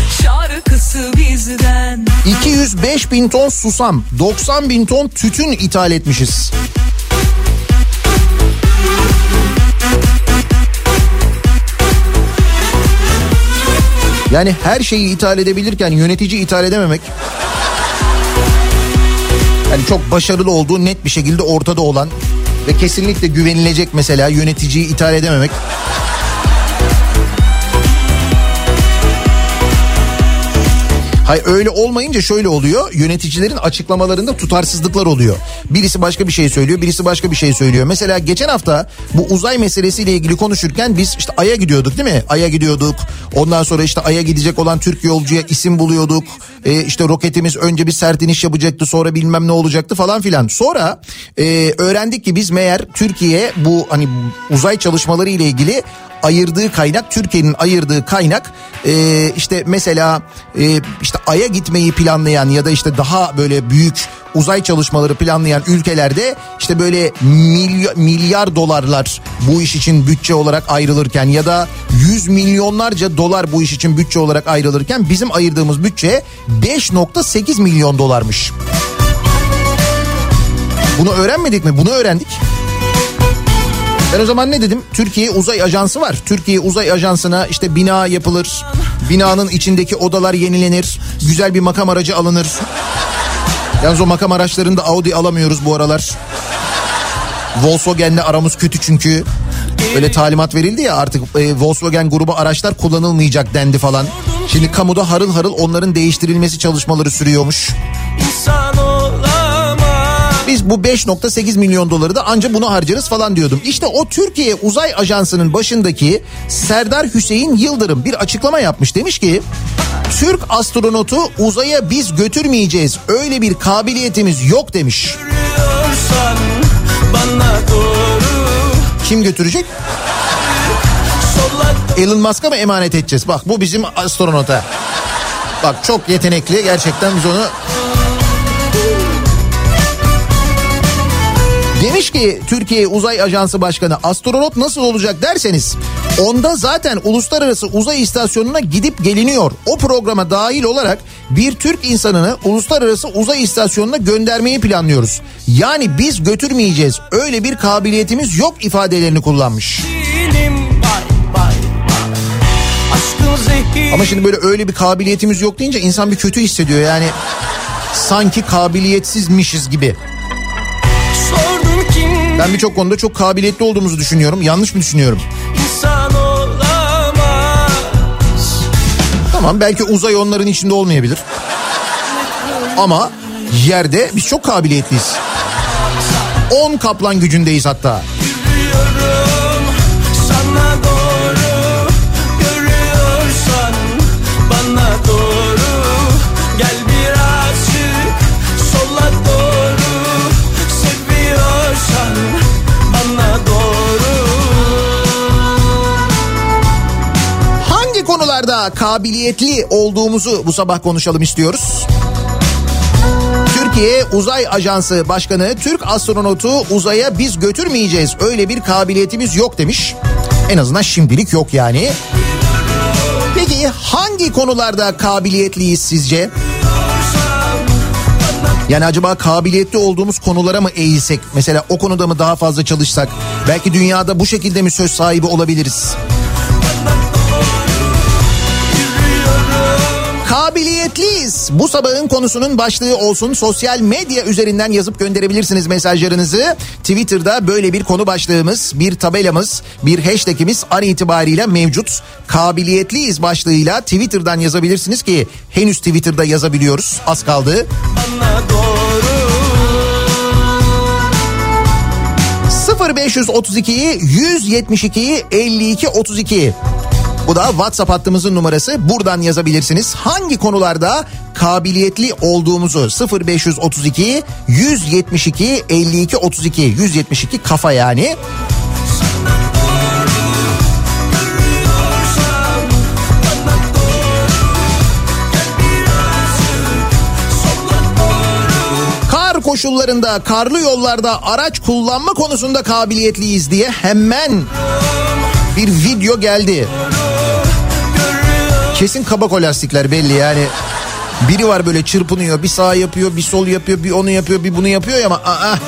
iki yüz beş bin ton susam, doksan bin ton tütün ithal etmişiz. Yani her şeyi ithal edebilirken yönetici ithal edememek, yani çok başarılı olduğu net bir şekilde ortada olan ve kesinlikle güvenilecek mesela yöneticiyi ithal edememek. Hayır, öyle olmayınca şöyle oluyor, yöneticilerin açıklamalarında tutarsızlıklar oluyor. Birisi başka bir şey söylüyor, birisi başka bir şey söylüyor. Mesela geçen hafta bu uzay meselesiyle ilgili konuşurken biz işte Ay'a gidiyorduk değil mi? Ay'a gidiyorduk. Ondan sonra işte Ay'a gidecek olan Türk yolcuya isim buluyorduk. Ee, işte roketimiz önce bir sert iniş yapacaktı, sonra bilmem ne olacaktı falan filan. Sonra e, öğrendik ki biz meğer Türkiye bu hani uzay çalışmaları ile ilgili ayırdığı kaynak, Türkiye'nin ayırdığı kaynak e, işte mesela e, işte Ay'a gitmeyi planlayan ya da işte daha böyle büyük uzay çalışmaları planlayan ülkelerde işte böyle milyar, milyar dolarlar bu iş için bütçe olarak ayrılırken ya da yüz milyonlarca dolar bu iş için bütçe olarak ayrılırken bizim ayırdığımız bütçe beş nokta sekiz milyon dolarmış. Bunu öğrenmedik mi? Bunu öğrendik. Ben o zaman ne dedim? Türkiye Uzay Ajansı var. Türkiye Uzay Ajansı'na işte bina yapılır. Binanın içindeki odalar yenilenir. Güzel bir makam aracı alınır. Yalnız o makam araçlarında Audi alamıyoruz bu aralar. Volkswagen'le aramız kötü çünkü. Öyle talimat verildi ya artık e, Volkswagen grubu araçlar kullanılmayacak dendi falan. Şimdi kamuda harıl harıl onların değiştirilmesi çalışmaları sürüyormuş. Biz bu beş nokta sekiz milyon doları da anca buna harcarız falan diyordum. İşte o Türkiye Uzay Ajansı'nın başındaki Serdar Hüseyin Yıldırım bir açıklama yapmış. Demiş ki Türk astronotu uzaya biz götürmeyeceğiz. Öyle bir kabiliyetimiz yok demiş. Kim götürecek? Elon Musk'a mı emanet edeceğiz? Bak bu bizim astronota. Bak çok yetenekli gerçekten, biz onu... Demiş ki Türkiye Uzay Ajansı Başkanı, astronot nasıl olacak derseniz onda zaten uluslararası uzay istasyonuna gidip geliniyor. O programa dahil olarak bir Türk insanını uluslararası uzay istasyonuna göndermeyi planlıyoruz. Yani biz götürmeyeceğiz, öyle bir kabiliyetimiz yok ifadelerini kullanmış. Ama şimdi böyle öyle bir kabiliyetimiz yok deyince insan bir kötü hissediyor yani, sanki kabiliyetsizmişiz gibi. Ben birçok konuda çok kabiliyetli olduğumuzu düşünüyorum. Yanlış mı düşünüyorum? Tamam, belki uzay onların içinde olmayabilir. Ama yerde biz çok kabiliyetliyiz. on kaplan gücündeyiz hatta. Konularda kabiliyetli olduğumuzu bu sabah konuşalım istiyoruz. Türkiye Uzay Ajansı Başkanı, Türk astronotu uzaya biz götürmeyeceğiz, öyle bir kabiliyetimiz yok demiş. En azından şimdilik yok yani. Peki hangi konularda kabiliyetliyiz sizce? Yani acaba kabiliyetli olduğumuz konulara mı eğilsek? Mesela o konuda mı daha fazla çalışsak? Belki dünyada bu şekilde mi söz sahibi olabiliriz? Kabiliyetliyiz. Bu sabahın konusunun başlığı olsun. Sosyal medya üzerinden yazıp gönderebilirsiniz mesajlarınızı. Twitter'da böyle bir konu başlığımız, bir tabelamız, bir hashtagimiz an itibariyle mevcut. Kabiliyetliyiz başlığıyla Twitter'dan yazabilirsiniz ki henüz Twitter'da yazabiliyoruz. Az kaldı. sıfır beş otuz iki yüz yetmiş iki elli iki otuz iki. Bu da WhatsApp hattımızın numarası. Buradan yazabilirsiniz. Hangi konularda kabiliyetli olduğumuzu. sıfır beş otuz iki yüz yetmiş iki elli iki otuz iki. yüz yetmiş iki kafa yani. Kar koşullarında, karlı yollarda araç kullanma konusunda kabiliyetliyiz diye hemen bir video geldi. Kesin kabak lastikler belli yani. Biri var böyle çırpınıyor, bir sağ yapıyor, bir sol yapıyor, bir onu yapıyor, bir bunu yapıyor ama aa.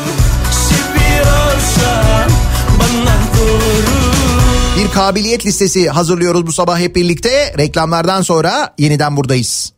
Bir kabiliyet listesi hazırlıyoruz bu sabah hep birlikte. Reklamlardan sonra yeniden buradayız.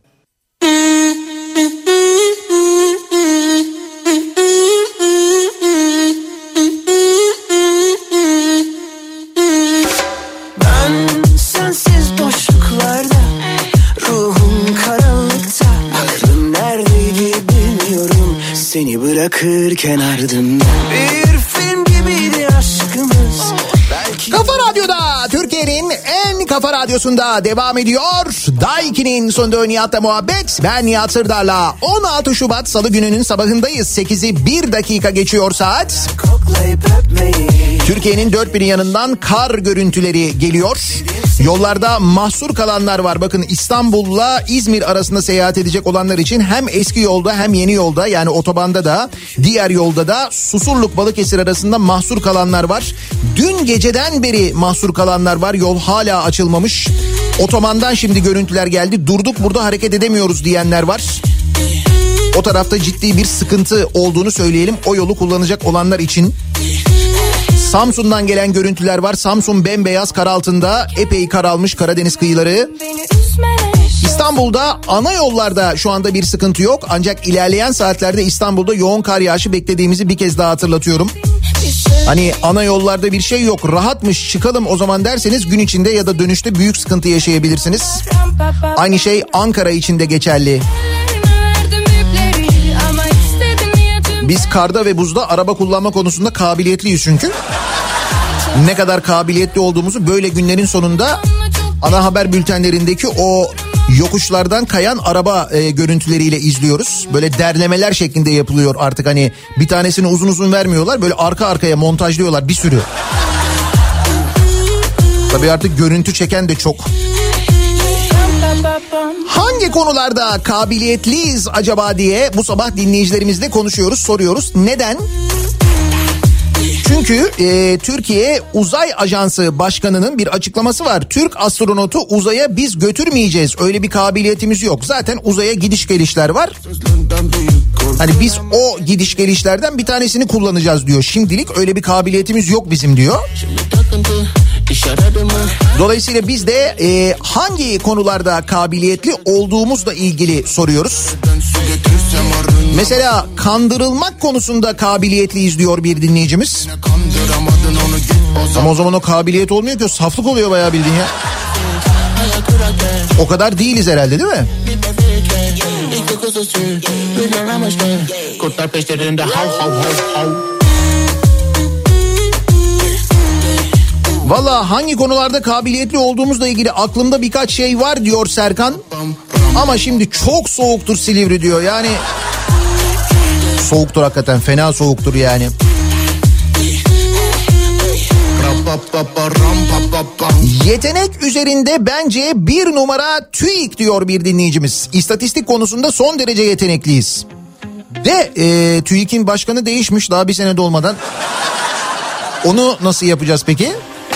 Seni bırakırken ardından bir film gibiydi aşkımız. Belki... Kafa Radyo'da, Türkiye'nin en kafa radyosunda devam ediyor. Daiki'nin sonunda Nihat'la muhabbet. Ben Nihat Sırdar'la on altı Şubat Salı gününün sabahındayız. sekizi bir dakika geçiyor saat. Türkiye'nin dört bir yanından kar görüntüleri geliyor. Yollarda mahsur kalanlar var. Bakın İstanbul'la İzmir arasında seyahat edecek olanlar için hem eski yolda hem yeni yolda, yani otobanda da diğer yolda da Susurluk Balıkesir arasında mahsur kalanlar var. Dün geceden beri mahsur kalanlar var. Yol hala açılmamış. Otobandan şimdi görüntüler geldi. Durduk burada hareket edemiyoruz diyenler var. O tarafta ciddi bir sıkıntı olduğunu söyleyelim o yolu kullanacak olanlar için. Samsun'dan gelen görüntüler var. Samsun bembeyaz kar altında, epey kar almış Karadeniz kıyıları. İstanbul'da ana yollarda şu anda bir sıkıntı yok. Ancak ilerleyen saatlerde İstanbul'da yoğun kar yağışı beklediğimizi bir kez daha hatırlatıyorum. Hani ana yollarda bir şey yok, rahatmış çıkalım o zaman derseniz gün içinde ya da dönüşte büyük sıkıntı yaşayabilirsiniz. Aynı şey Ankara için de geçerli. Biz karda ve buzda araba kullanma konusunda kabiliyetliyiz çünkü. Ne kadar kabiliyetli olduğumuzu böyle günlerin sonunda ana haber bültenlerindeki o yokuşlardan kayan araba e, görüntüleriyle izliyoruz. Böyle derlemeler şeklinde yapılıyor artık, hani bir tanesini uzun uzun vermiyorlar, böyle arka arkaya montajlıyorlar bir sürü. Tabii artık görüntü çeken de çok. Hangi konularda kabiliyetliyiz acaba diye bu sabah dinleyicilerimizle konuşuyoruz, soruyoruz. Neden? Çünkü e, Türkiye Uzay Ajansı Başkanı'nın bir açıklaması var. Türk astronotu uzaya biz götürmeyeceğiz. Öyle bir kabiliyetimiz yok. Zaten uzaya gidiş gelişler var. Hani biz o gidiş gelişlerden bir tanesini kullanacağız diyor. Şimdilik öyle bir kabiliyetimiz yok bizim diyor. Dolayısıyla biz de e, hangi konularda kabiliyetli olduğumuzla ilgili soruyoruz. Mesela kandırılmak konusunda kabiliyetliyiz diyor bir dinleyicimiz. Ama o zaman o kabiliyet olmuyor ki, o saflık oluyor bayağı bildiğin ya. O kadar değiliz herhalde, değil mi? Valla hangi konularda kabiliyetli olduğumuzla ilgili aklımda birkaç şey var diyor Serkan. Ama şimdi çok soğuktur Silivri diyor. Yani soğuktur hakikaten, fena soğuktur yani. Yetenek üzerinde bence bir numara TÜİK diyor bir dinleyicimiz. İstatistik konusunda son derece yetenekliyiz. De e, TÜİK'in başkanı değişmiş daha bir sene dolmadan. Onu nasıl yapacağız peki?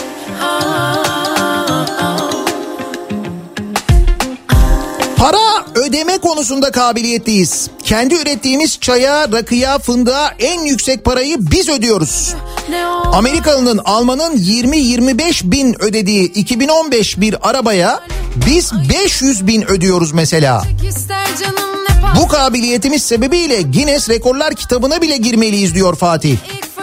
Para ödeme konusunda kabiliyetliyiz. Kendi ürettiğimiz çaya, rakıya, fındığa en yüksek parayı biz ödüyoruz. Amerikalı'nın, Alman'ın yirmi yirmi beş bin ödediği iki bin on beş bir arabaya biz beş yüz bin ödüyoruz mesela. Bu kabiliyetimiz sebebiyle Guinness Rekorlar Kitabı'na bile girmeliyiz diyor Fatih.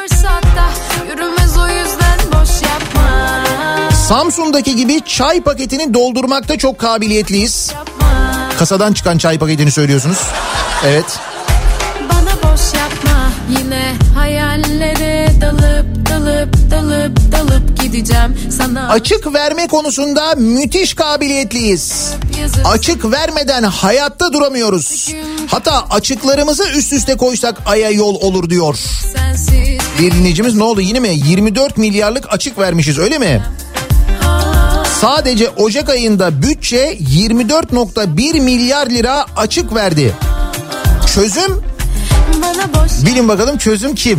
Samsun'daki gibi çay paketini doldurmakta çok kabiliyetliyiz. Kasadan çıkan çay paketini söylüyorsunuz. Evet. Bana boş yapma, yine hayallere dalıp dalıp dalıp dalıp gideceğim sana. Açık verme konusunda müthiş kabiliyetliyiz. Açık vermeden hayatta duramıyoruz. Hatta açıklarımızı üst üste koysak aya yol olur diyor. Bir dinleyicimiz, ne oldu yine mi? yirmi dört milyarlık açık vermişiz, öyle mi? Sadece Ocak ayında bütçe yirmi dört nokta bir milyar lira açık verdi. Çözüm? Bilin bakalım çözüm kim?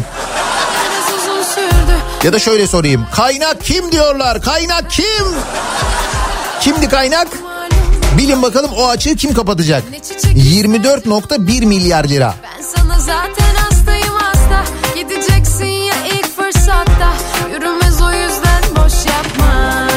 Ya da şöyle sorayım. Kaynak kim diyorlar? Kaynak kim? Kimdi kaynak? Bilin bakalım o açığı kim kapatacak? yirmi dört nokta bir milyar lira. Ben sana zaten hastayım hasta. Gideceksin ya ilk fırsatta. Yürümez o yüzden boş yapma.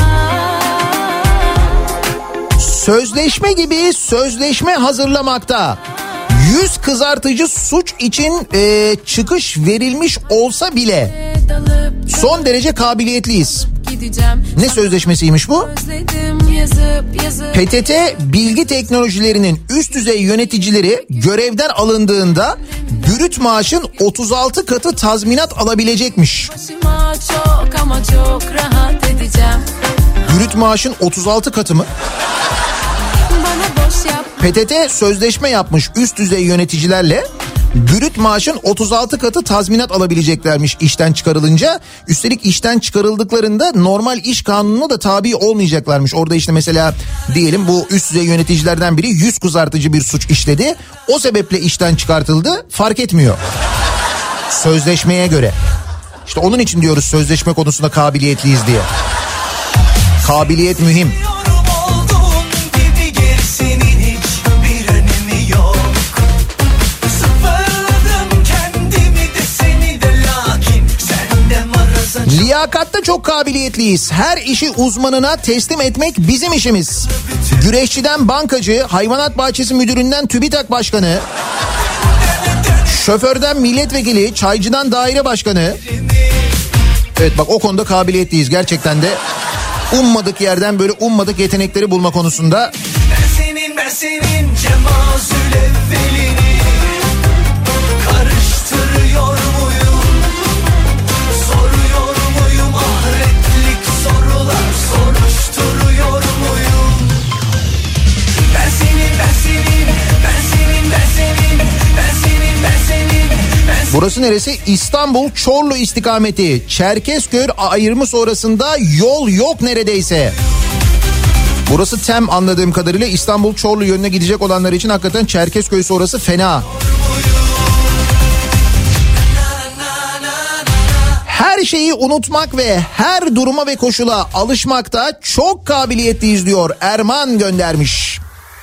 Sözleşme gibi sözleşme hazırlamakta. Yüz kızartıcı suç için e, çıkış verilmiş olsa bile son derece kabiliyetliyiz. Ne sözleşmesiymiş bu? P T T Bilgi Teknolojilerinin üst düzey yöneticileri görevden alındığında brüt maaşın otuz altı katı tazminat alabilecekmiş. Çok ama çok rahat edeceğim. Brüt maaşın otuz altı katı mı? P T T sözleşme yapmış üst düzey yöneticilerle, brüt maaşın otuz altı katı tazminat alabileceklermiş işten çıkarılınca. Üstelik işten çıkarıldıklarında normal iş kanununa da tabi olmayacaklarmış. Orada işte mesela diyelim bu üst düzey yöneticilerden biri yüz kızartıcı bir suç işledi. O sebeple işten çıkartıldı, fark etmiyor. Sözleşmeye göre. İşte onun için diyoruz sözleşme konusunda kabiliyetliyiz diye. Kabiliyet mühim. Liyakatta çok kabiliyetliyiz. Her işi uzmanına teslim etmek bizim işimiz. Güreşçiden bankacı, hayvanat bahçesi müdüründen TÜBİTAK başkanı, şoförden milletvekili, çaycıdan daire başkanı. Evet bak o konuda kabiliyetliyiz gerçekten de. Ummadık yerden böyle ummadık yetenekleri bulma konusunda. Ben senin ben senin cemazül evvelini karıştırıyor muyum? Soruyor muyum ahiretlik sorular soruşturuyor muyum? Ben senin ben senin ben senin ben senin ben senin ben senin ben senin. Burası neresi? İstanbul Çorlu istikameti. Çerkezköy ayrımı sonrasında yol yok neredeyse. Burası Tem anladığım kadarıyla. İstanbul Çorlu yönüne gidecek olanlar için hakikaten Çerkezköy sonrası fena. Her şeyi unutmak ve her duruma ve koşula alışmakta çok kabiliyetliyiz diyor. Erman göndermiş.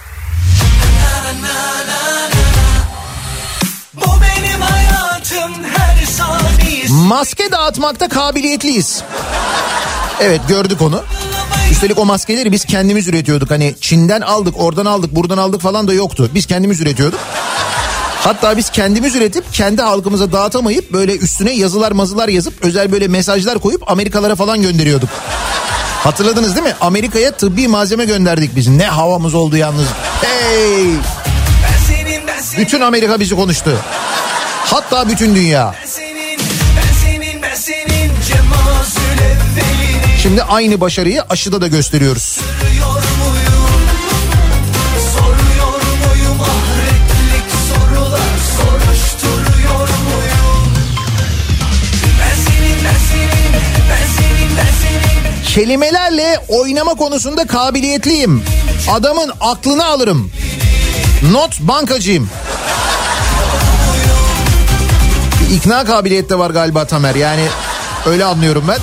Bu benim hayatım her saniyesi. Maske dağıtmakta kabiliyetliyiz. Evet, gördük onu. Üstelik o maskeleri biz kendimiz üretiyorduk. Hani Çin'den aldık, oradan aldık, buradan aldık falan da yoktu. Biz kendimiz üretiyorduk. Hatta biz kendimiz üretip kendi halkımıza dağıtamayıp böyle üstüne yazılar mazılar yazıp özel böyle mesajlar koyup Amerikalara falan gönderiyorduk. Hatırladınız değil mi? Amerika'ya tıbbi malzeme gönderdik biz. Ne havamız oldu yalnız. Hey! Ben senin, ben senin, Bütün Amerika bizi konuştu. Hatta bütün dünya. ben senin, ben senin, ben senin cemazül evvelini. Şimdi aynı başarıyı aşıda da gösteriyoruz. Soruyor muyum? Soruyor muyum? Ahretlik sorular soruşturuyor muyum? Ben senin, ben senin, ben senin, ben senin. Kelimelerle oynama konusunda kabiliyetliyim. Adamın aklını alırım. Not bankacıyım. Bir ikna kabiliyeti de var galiba Tamer. Yani öyle anlıyorum ben.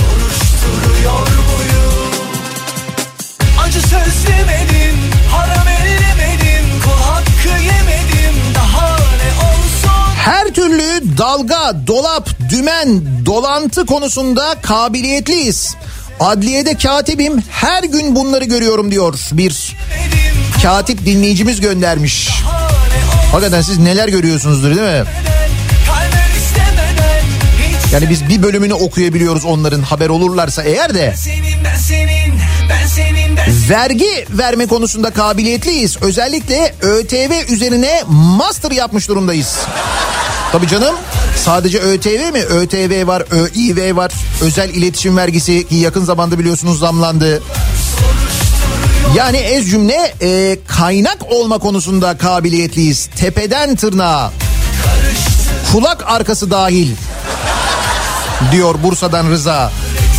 Acı söz demedim, haram ellemedim, kul hakkı yemedim, daha ne olsun? Her türlü dalga, dolap, dümen, dolantı konusunda kabiliyetliyiz. Adliyede katibim, her gün bunları görüyorum diyor bir katip dinleyicimiz göndermiş. Hakikaten siz neler görüyorsunuzdur değil mi? Kalben istemeden hiç Yani biz bir bölümünü okuyabiliyoruz onların, haber olurlarsa eğer de. senin, ben senin, ben senin, ben senin. Vergi verme konusunda kabiliyetliyiz. Özellikle ÖTV üzerine master yapmış durumdayız. Tabii canım, sadece ÖTV mi? ÖTV var, ÖİV var. Özel iletişim vergisi ki yakın zamanda biliyorsunuz zamlandı. Yani ez cümle e, kaynak olma konusunda kabiliyetliyiz. Tepeden tırnağa. Kulak arkası dahil. Diyor Bursa'dan Rıza.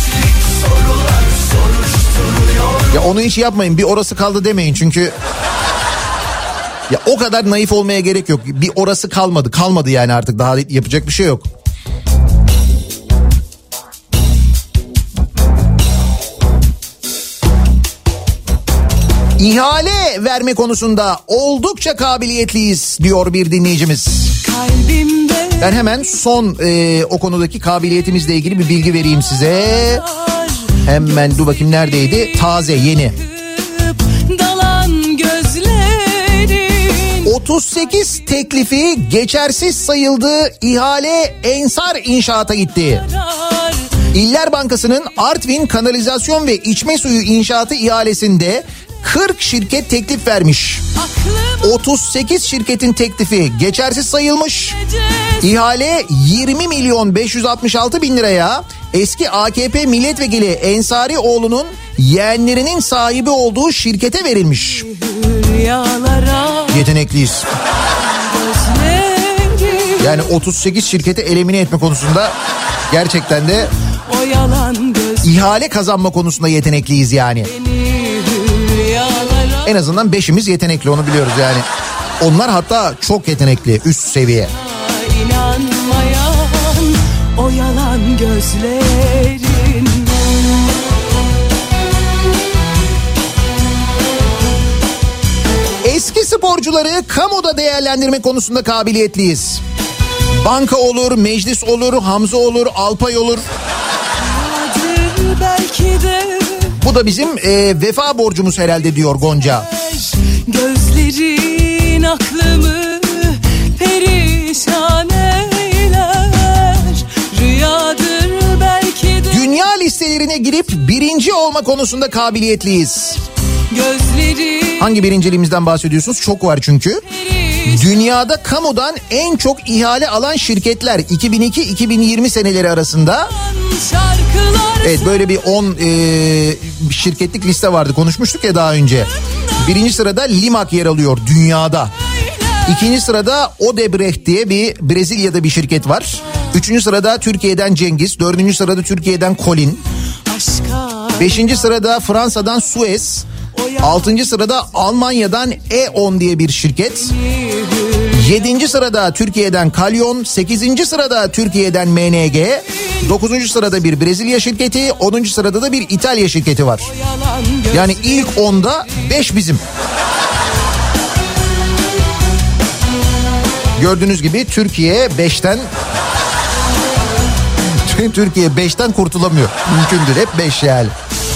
Ya onu hiç yapmayın, bir orası kaldı demeyin çünkü... Ya o kadar naif olmaya gerek yok. Bir orası kalmadı. Kalmadı yani artık. Daha yapacak bir şey yok. İhale verme konusunda oldukça kabiliyetliyiz diyor bir dinleyicimiz. Kalbimde Ben hemen son e, o konudaki kabiliyetimizle ilgili bir bilgi vereyim size. Hemen dur bakayım neredeydi? Taze, yeni. dalan gözlerin otuz sekiz teklifi geçersiz sayıldı. İhale Ensar İnşaat'a gitti. arar. İller Bankası'nın Artvin kanalizasyon ve içme suyu inşaatı ihalesinde kırk şirket teklif vermiş. Aklım otuz sekiz şirketin teklifi geçersiz sayılmış. İhale yirmi milyon beş yüz altmış altı bin liraya eski A K P milletvekili Ensarioğlu'nun yeğenlerinin sahibi olduğu şirkete verilmiş. rüyalara Yetenekliyiz. gözlerim Yani otuz sekiz şirketi elimine etme konusunda gerçekten de o yalan göz ihale kazanma konusunda yetenekliyiz yani. beni rüyalara En azından beşimiz yetenekli, onu biliyoruz yani. Onlar hatta çok yetenekli, üst seviye. inanmayan o yalan gözlerin. Eski sporcuları kamuda değerlendirme konusunda kabiliyetliyiz. Banka olur, meclis olur, Hamza olur, Alpay olur. Vardır belki de Bu da bizim e, vefa borcumuz herhalde diyor Gonca. gözlerin aklımı perişan eyler. Rüyadır belki de Dünya listelerine girip birinci olma konusunda kabiliyetliyiz. gözlerin Hangi birinciliğimizden bahsediyorsunuz? Çok var çünkü. Dünyada kamudan en çok ihale alan şirketler iki bin iki iki bin yirmi seneleri arasında. şarkılar Evet, böyle bir on e, şirketlik liste vardı, konuşmuştuk ya daha önce. Birinci sırada Limak yer alıyor dünyada. söyler. İkinci sırada Odebrecht diye bir Brezilya'da bir şirket var. Üçüncü sırada Türkiye'den Cengiz. Dördüncü sırada Türkiye'den Colin. Beşinci sırada Fransa'dan Suez. Altıncı sırada Almanya'dan E on diye bir şirket. Yedinci sırada Türkiye'den Kalyon. Sekizinci sırada Türkiye'den M N G. Dokuzuncu sırada bir Brezilya şirketi. Onuncu sırada da bir İtalya şirketi var. Yani ilk onda beş bizim. Gördüğünüz gibi Türkiye beşten Türkiye beşten kurtulamıyor. Mümkündür, hep beş yani.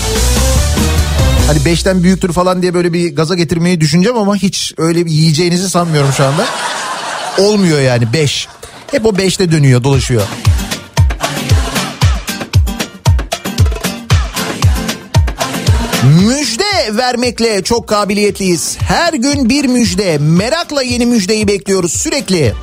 Hani beşten büyüktür falan diye böyle bir gaza getirmeyi düşüneceğim ama hiç öyle bir yiyeceğinizi sanmıyorum şu anda. Olmuyor yani beş. Hep o beşte dönüyor, dolaşıyor. Müjde vermekle çok kabiliyetliyiz. Her gün bir müjde. Merakla yeni müjdeyi bekliyoruz sürekli.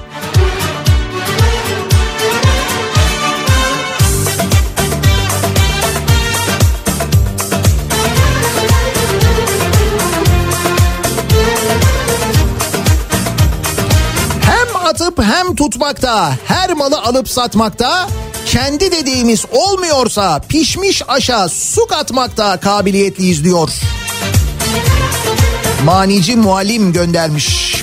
Hem atıp hem tutmakta, her malı alıp satmakta, kendi dediğimiz olmuyorsa pişmiş aşa su katmakta kabiliyetliyiz diyor. Manici Muallim göndermiş.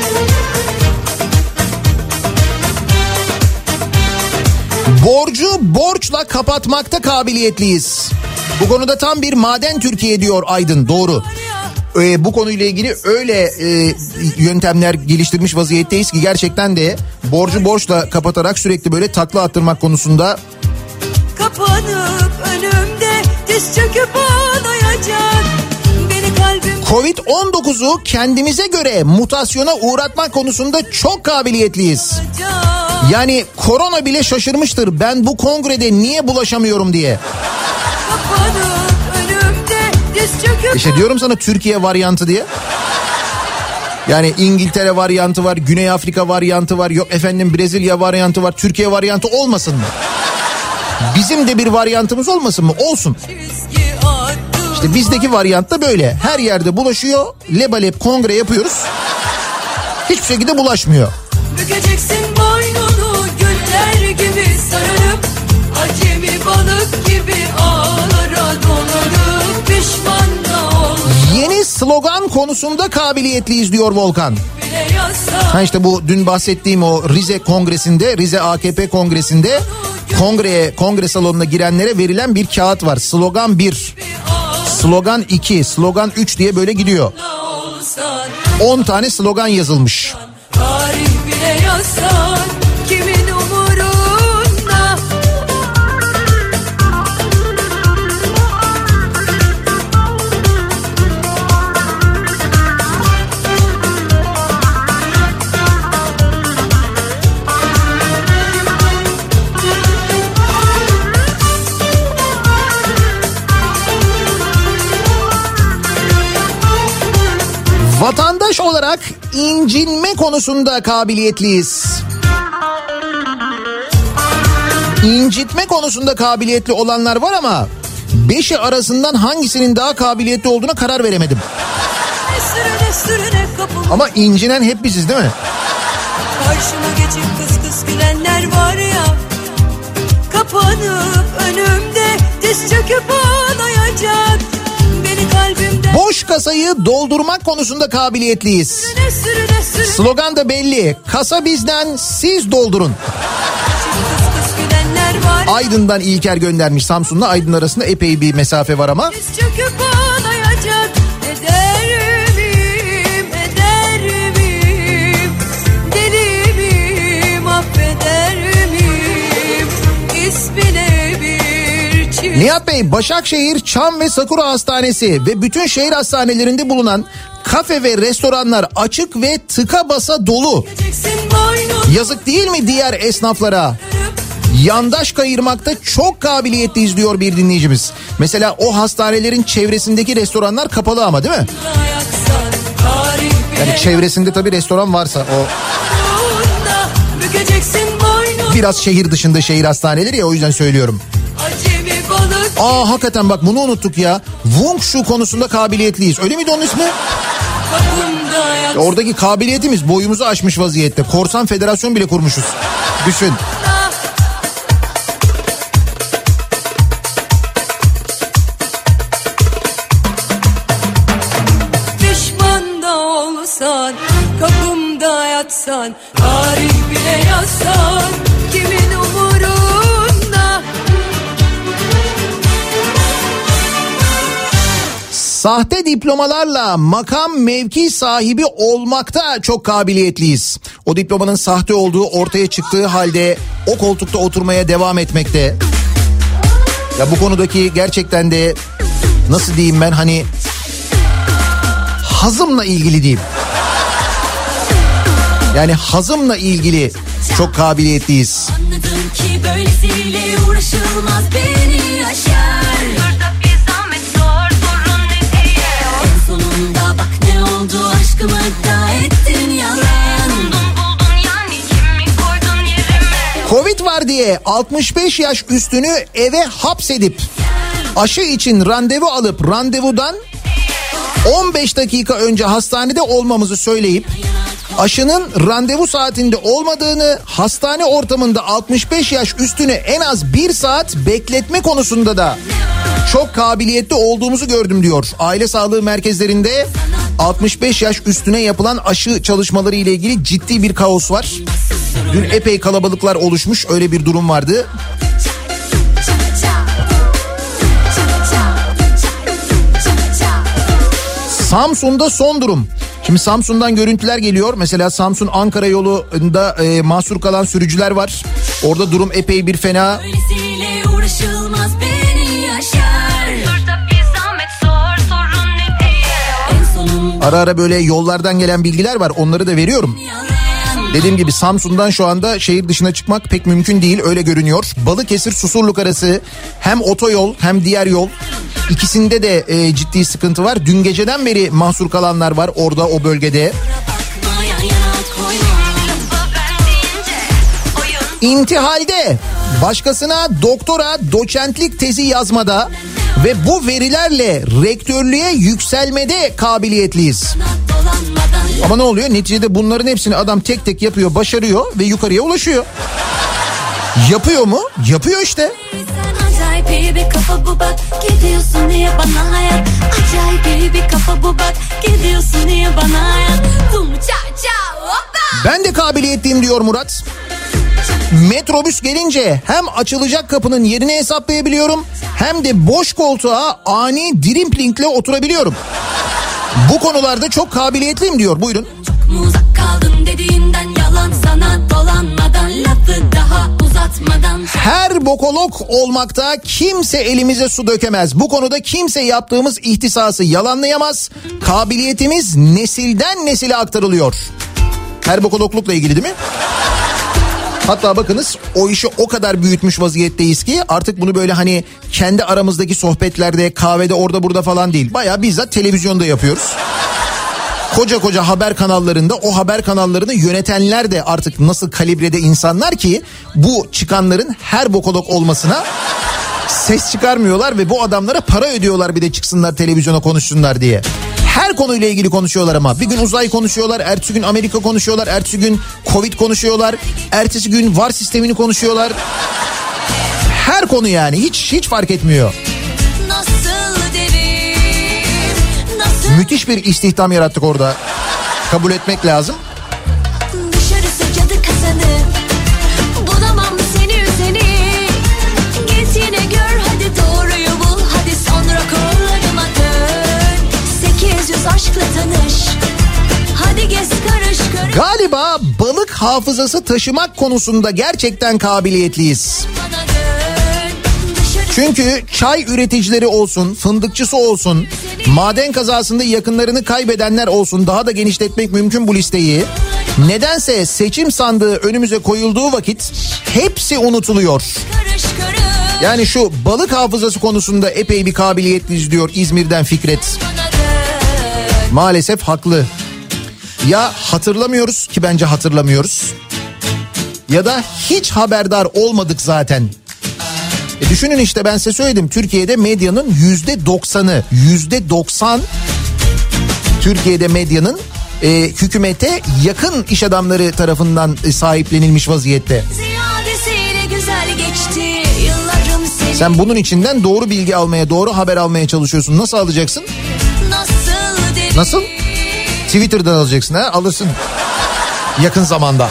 Borcu borçla kapatmakta kabiliyetliyiz. Bu konuda tam bir maden Türkiye diyor Aydın. Doğru. Ee, bu konuyla ilgili öyle e, yöntemler geliştirmiş vaziyetteyiz ki gerçekten de borcu borçla kapatarak sürekli böyle takla attırmak konusunda. Kapanıp önümde diz çöküp ağlayacak. Beni kalbim... Covid on dokuzu kendimize göre mutasyona uğratmak konusunda çok kabiliyetliyiz. Yani korona bile şaşırmıştır. Ben bu kongrede niye bulaşamıyorum diye. Kapanıp önümde diz çöküp... İşte diyorum sana Türkiye varyantı diye. Yani İngiltere varyantı var, Güney Afrika varyantı var, yok efendim Brezilya varyantı var, Türkiye varyantı olmasın mı? Bizim de bir varyantımız olmasın mı? Olsun. İşte bizdeki varyant da böyle. Her yerde bulaşıyor, lebalep kongre yapıyoruz. Hiçbir şekilde bulaşmıyor. Bükeceksin boynunu güller gibi sarılıp, acemi balık gibi ağlara dolanıp pişman da ol. Yeni slogan konusunda kabiliyetliyiz diyor Volkan. Ha işte bu dün bahsettiğim o Rize kongresinde, Rize A K P kongresinde kongreye, kongre salonuna girenlere verilen bir kağıt var. Slogan bir, slogan iki, slogan üç diye böyle gidiyor. on tane slogan yazılmış. Tarih bile yazsan kimin umurunda? Vatandaş olarak incinme konusunda kabiliyetliyiz. İncitme konusunda kabiliyetli olanlar var ama beşi arasından hangisinin daha kabiliyetli olduğuna karar veremedim. Sürüne sürüne kapılmış. Ama incinen hep biziz değil mi? Karşıma geçip kıs kıs gülenler var ya, kapanıp önümde diz çöküp ağlayacak. Beni kalbimden... Boş kasayı doldurmak konusunda kabiliyetliyiz. Sürüne sürüne sürüne. Slogan da belli. Kasa bizden, siz doldurun. Kıs kıs gülenler var ya, Aydın'dan İlker göndermiş. Samsun'la Aydın arasında epey bir mesafe var ama. diz çöküp ağlayacak. Eder miyim, eder miyim? Deli miyim, affeder miyim? İsmine bir çift. Nihat Bey, Başakşehir Çam ve Sakura Hastanesi ve bütün şehir hastanelerinde bulunan kafe ve restoranlar açık ve tıka basa dolu. Yazık değil mi diğer esnaflara? Yandaş kayırmakta çok kabiliyetliyiz diyor bir dinleyicimiz. Mesela o hastanelerin çevresindeki restoranlar kapalı ama değil mi? Yani çevresinde tabii restoran varsa o... Biraz şehir dışında şehir hastaneleri ya, o yüzden söylüyorum. Aa hakikaten bak bunu unuttuk ya. Wungshu konusunda kabiliyetliyiz. Öyle miydi onun ismi? kapımda yatsan. Oradaki kabiliyetimiz boyumuzu aşmış vaziyette. Korsan federasyon bile kurmuşuz. Düşün. Düşman da olsan, kapımda yatsan, tarih bile yazsan, kimin umurunda? Sahte diplomalarla makam mevki sahibi olmakta çok kabiliyetliyiz. O diplomanın sahte olduğu ortaya çıktığı halde o koltukta oturmaya devam etmekte. Ya bu konudaki gerçekten de nasıl diyeyim ben, hani hazımla ilgili diyeyim. Yani hazımla ilgili çok kabiliyetliyiz. Anladım ki böylesiyle uğraşılmaz, beni aşar. Burada bir zahmet sor, sorun ne diye. En sonunda bak ne oldu, aşkımı da ettin yalan. Buldun buldun yani, kimi koydun yerime. Covid var diye altmış beş yaş üstünü eve hapsedip aşı için randevu alıp randevudan on beş dakika önce hastanede olmamızı söyleyip aşının randevu saatinde olmadığını, hastane ortamında altmış beş yaş üstüne en az bir saat bekletme konusunda da çok kabiliyetli olduğumuzu gördüm diyor. Aile sağlığı merkezlerinde altmış beş yaş üstüne yapılan aşı çalışmaları ile ilgili ciddi bir kaos var. Dün epey kalabalıklar oluşmuş, öyle bir durum vardı. Samsun'da son durum. Şimdi Samsun'dan görüntüler geliyor. Mesela Samsun Ankara yolunda e, mahsur kalan sürücüler var. Orada durum epey bir fena. Böylesiyle uğraşılmaz, beni yaşar. Burada bir zahmet sor, sorun ne diye. En sonunda Ara ara böyle yollardan gelen bilgiler var, onları da veriyorum. Dediğim gibi Samsun'dan şu anda şehir dışına çıkmak pek mümkün değil, öyle görünüyor. Balıkesir Susurluk arası hem otoyol hem diğer yol, ikisinde de e, ciddi sıkıntı var. Dün geceden beri mahsur kalanlar var orada, o bölgede. İntihalde, başkasına doktora, doçentlik tezi yazmada ve bu verilerle rektörlüğe yükselmede kabiliyetliyiz. Ama ne oluyor? Neticede bunların hepsini adam tek tek yapıyor, başarıyor ve yukarıya ulaşıyor. Yapıyor mu? Yapıyor işte. acayip iyi bir kafa bu bak, gidiyorsun diye bana hayat. Acayip iyi bir kafa bu bak, gidiyorsun diye bana hayat. Bum ça ça hoppa. Ben de kabiliyetliyim diyor Murat. Metrobüs gelince hem açılacak kapının yerini hesaplayabiliyorum hem de boş koltuğa ani drimplingle oturabiliyorum. Bu konularda çok kabiliyetliyim diyor. Buyurun. Çok mu uzak kaldın dediğimden, yalan sana dolanmadan, lafı daha uzatmadan. Her bokolog olmakta kimse elimize su dökemez. Bu konuda kimse yaptığımız ihtisası yalanlayamaz. Kabiliyetimiz nesilden nesile aktarılıyor. Her bokologlukla ilgili değil mi? Hatta bakınız o işi o kadar büyütmüş vaziyetteyiz ki artık bunu böyle hani kendi aramızdaki sohbetlerde, kahvede, orada burada falan değil. Bayağı bizzat televizyonda yapıyoruz. Koca koca haber kanallarında, o haber kanallarını yönetenler de artık nasıl kalibrede insanlar ki bu çıkanların her bokolog olmasına ses çıkarmıyorlar ve bu adamlara para ödüyorlar bir de çıksınlar televizyona konuşsunlar diye. Her konuyla ilgili konuşuyorlar ama. Bir gün uzay konuşuyorlar, ertesi gün Amerika konuşuyorlar, ertesi gün Covid konuşuyorlar, ertesi gün VAR sistemini konuşuyorlar. Her konu yani, hiç hiç fark etmiyor. Nasıl derim, nasıl Müthiş bir istihdam yarattık orada. Kabul etmek lazım. dışarısı cadı kazanı, bulamam seni üzeni. Git yine gör hadi, doğruyu bul hadi, sonra kollarıma dön. Sekiz yüz aşkla tanış, hadi gez karış karış. Galiba balık hafızası taşımak konusunda gerçekten kabiliyetliyiz. Bana dön, dışarısı Çünkü çay üreticileri olsun, fındıkçısı olsun, maden kazasında yakınlarını kaybedenler olsun, daha da genişletmek mümkün bu listeyi. Nedense seçim sandığı önümüze koyulduğu vakit hepsi unutuluyor. karış karış. Yani şu balık hafızası konusunda epey bir kabiliyetliyiz diyor İzmir'den Fikret. Bana dön. Maalesef haklı. Ya hatırlamıyoruz ki bence hatırlamıyoruz. Ya da hiç haberdar olmadık zaten. E düşünün işte, ben size söyledim, Türkiye'de medyanın yüzde doksanı, yüzde doksan Türkiye'de medyanın e, hükümete yakın iş adamları tarafından e, sahiplenilmiş vaziyette. Güzel geçti yıllarım seni. Sen bunun içinden doğru bilgi almaya, doğru haber almaya çalışıyorsun. Nasıl alacaksın? Nasıl derim? Nasıl? Twitter'dan alacaksın ha? Alırsın. Yakın zamanda.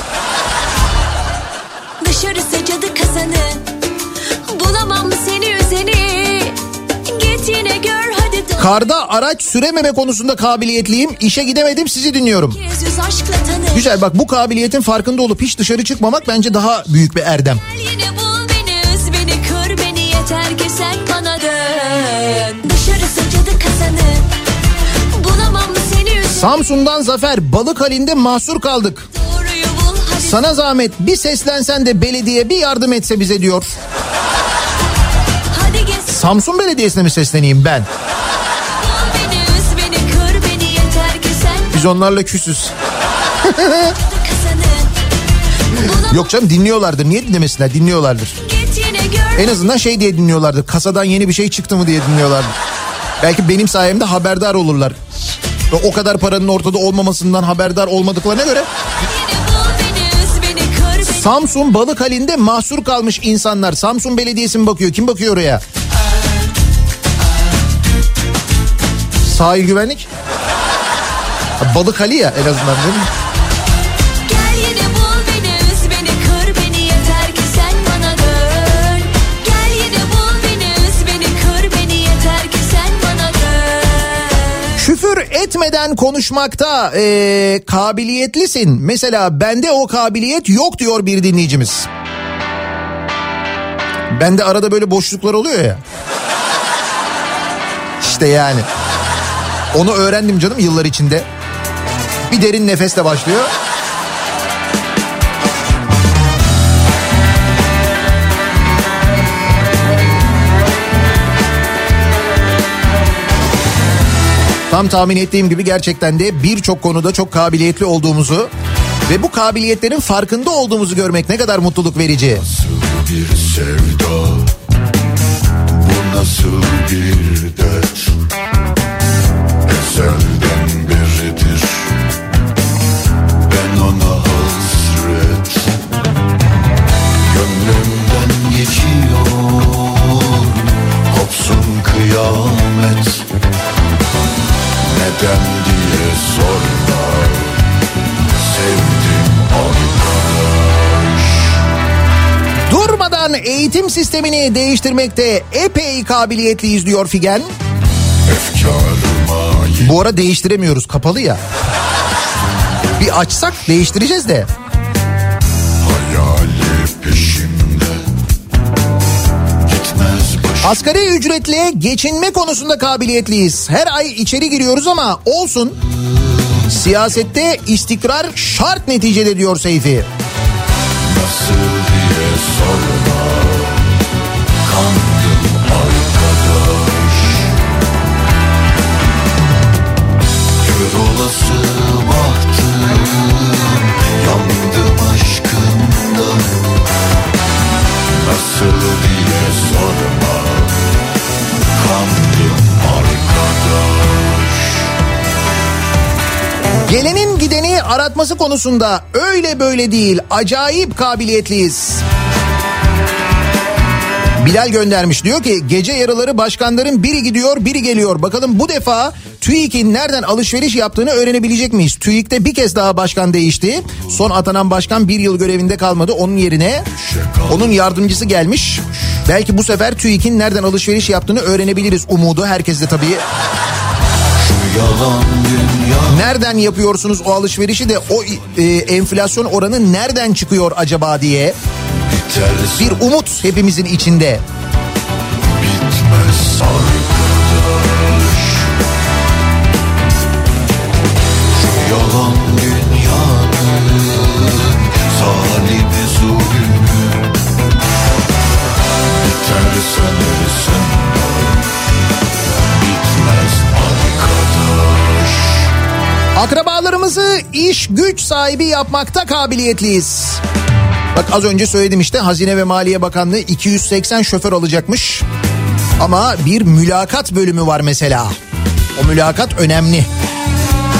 Dışarısı cadı kazanı. Bulamam seni üzeni. Git yine gör hadi. Do- Karda araç sürememe konusunda kabiliyetliyim. İşe gidemedim, sizi dinliyorum. Yüz aşkla tanı. Güzel, bak bu kabiliyetin farkında olup hiç dışarı çıkmamak bence daha büyük bir erdem. Yine bul beni, üz beni, kır beni, yeter ki sen bana dön. Dışarısı cadı kazanı. Bulamam seni üzeni. Samsun'dan Zafer, balık halinde mahsur kaldık. Doğruyu bul hadi. Sana zahmet bir seslensen de belediye bir yardım etse bize diyor. Hadi gez. Samsun Belediyesi'ne mi sesleneyim ben? Bul beni, üz beni, kır beni, yeter ki sen Biz onlarla küsüz. cadı kazanı. Bulamam Yok canım, dinliyorlardır. Niye dinlemesinler? Dinliyorlardır. git yine gör. En azından şey diye dinliyorlardır. Kasadan yeni bir şey çıktı mı diye dinliyorlardır. Belki benim sayemde haberdar olurlar. Ve o kadar paranın ortada olmamasından haberdar olmadıklarına göre. Yine bul beni, üz beni, kır beni. Samsun balık halinde mahsur kalmış insanlar. Samsun Belediyesi mi bakıyor? Kim bakıyor oraya? Sahil güvenlik? Ha, balık hali ya en azından, değil mi? Gel yine bul beni, üz beni, kır beni, yeter ki sen bana dön. Gel yine bul beni, üz beni, kır beni, yeter ki sen bana dön. Küfür etmeden konuşmakta ee, kabiliyetlisin. Mesela bende o kabiliyet yok diyor bir dinleyicimiz. Bende arada böyle boşluklar oluyor ya. İşte yani. Onu öğrendim canım yıllar içinde. Bir derin nefesle başlıyor. Tam tahmin ettiğim gibi gerçekten de birçok konuda çok kabiliyetli olduğumuzu ve bu kabiliyetlerin farkında olduğumuzu görmek ne kadar mutluluk verici. Nasıl bir sevda, bu nasıl bir dert, ezelden beridir ben ona hasret, gönlümden geçiyor, kopsun kıyamet, neden diye sorma, sevdim arkadaş. Durmadan eğitim sistemini değiştirmekte epey kabiliyetliyiz diyor Figen. Efkarıma Bu ara değiştiremiyoruz, kapalı ya. Bir açsak değiştireceğiz de. hayali peşimde gitmez başım. Asgari ücretle geçinme konusunda kabiliyetliyiz. Her ay içeri giriyoruz ama olsun. Siyasette istikrar şart neticede diyor Seyfi. Nasıl diye sorma, kandım arkadaş. Kör olası bahtım, yandım aşkımda. Nasıl diye sorma, kandım arkadaş. Gelenin gideni aratması konusunda öyle böyle değil, acayip kabiliyetliyiz. Bilal göndermiş, diyor ki gece yarıları başkanların biri gidiyor biri geliyor. Bakalım bu defa TÜİK'in nereden alışveriş yaptığını öğrenebilecek miyiz? TÜİK'te bir kez daha başkan değişti. Son atanan başkan bir yıl görevinde kalmadı. Onun yerine onun yardımcısı gelmiş. Belki bu sefer TÜİK'in nereden alışveriş yaptığını öğrenebiliriz umudu herkeste tabii. Yalan dünya. Nereden yapıyorsunuz o alışverişi de o e, enflasyon oranı nereden çıkıyor acaba diye bir umut hepimizin içinde. Bitmez arkadaş. Şu yalan dünyanın zalimi zulmü biter sanırsın, bitmez arkadaş. Akrabalarımızı iş güç sahibi yapmakta kabiliyetliyiz. Bak az önce söyledim işte, Hazine ve Maliye Bakanlığı iki yüz seksen şoför alacakmış. Ama bir mülakat bölümü var mesela. O mülakat önemli.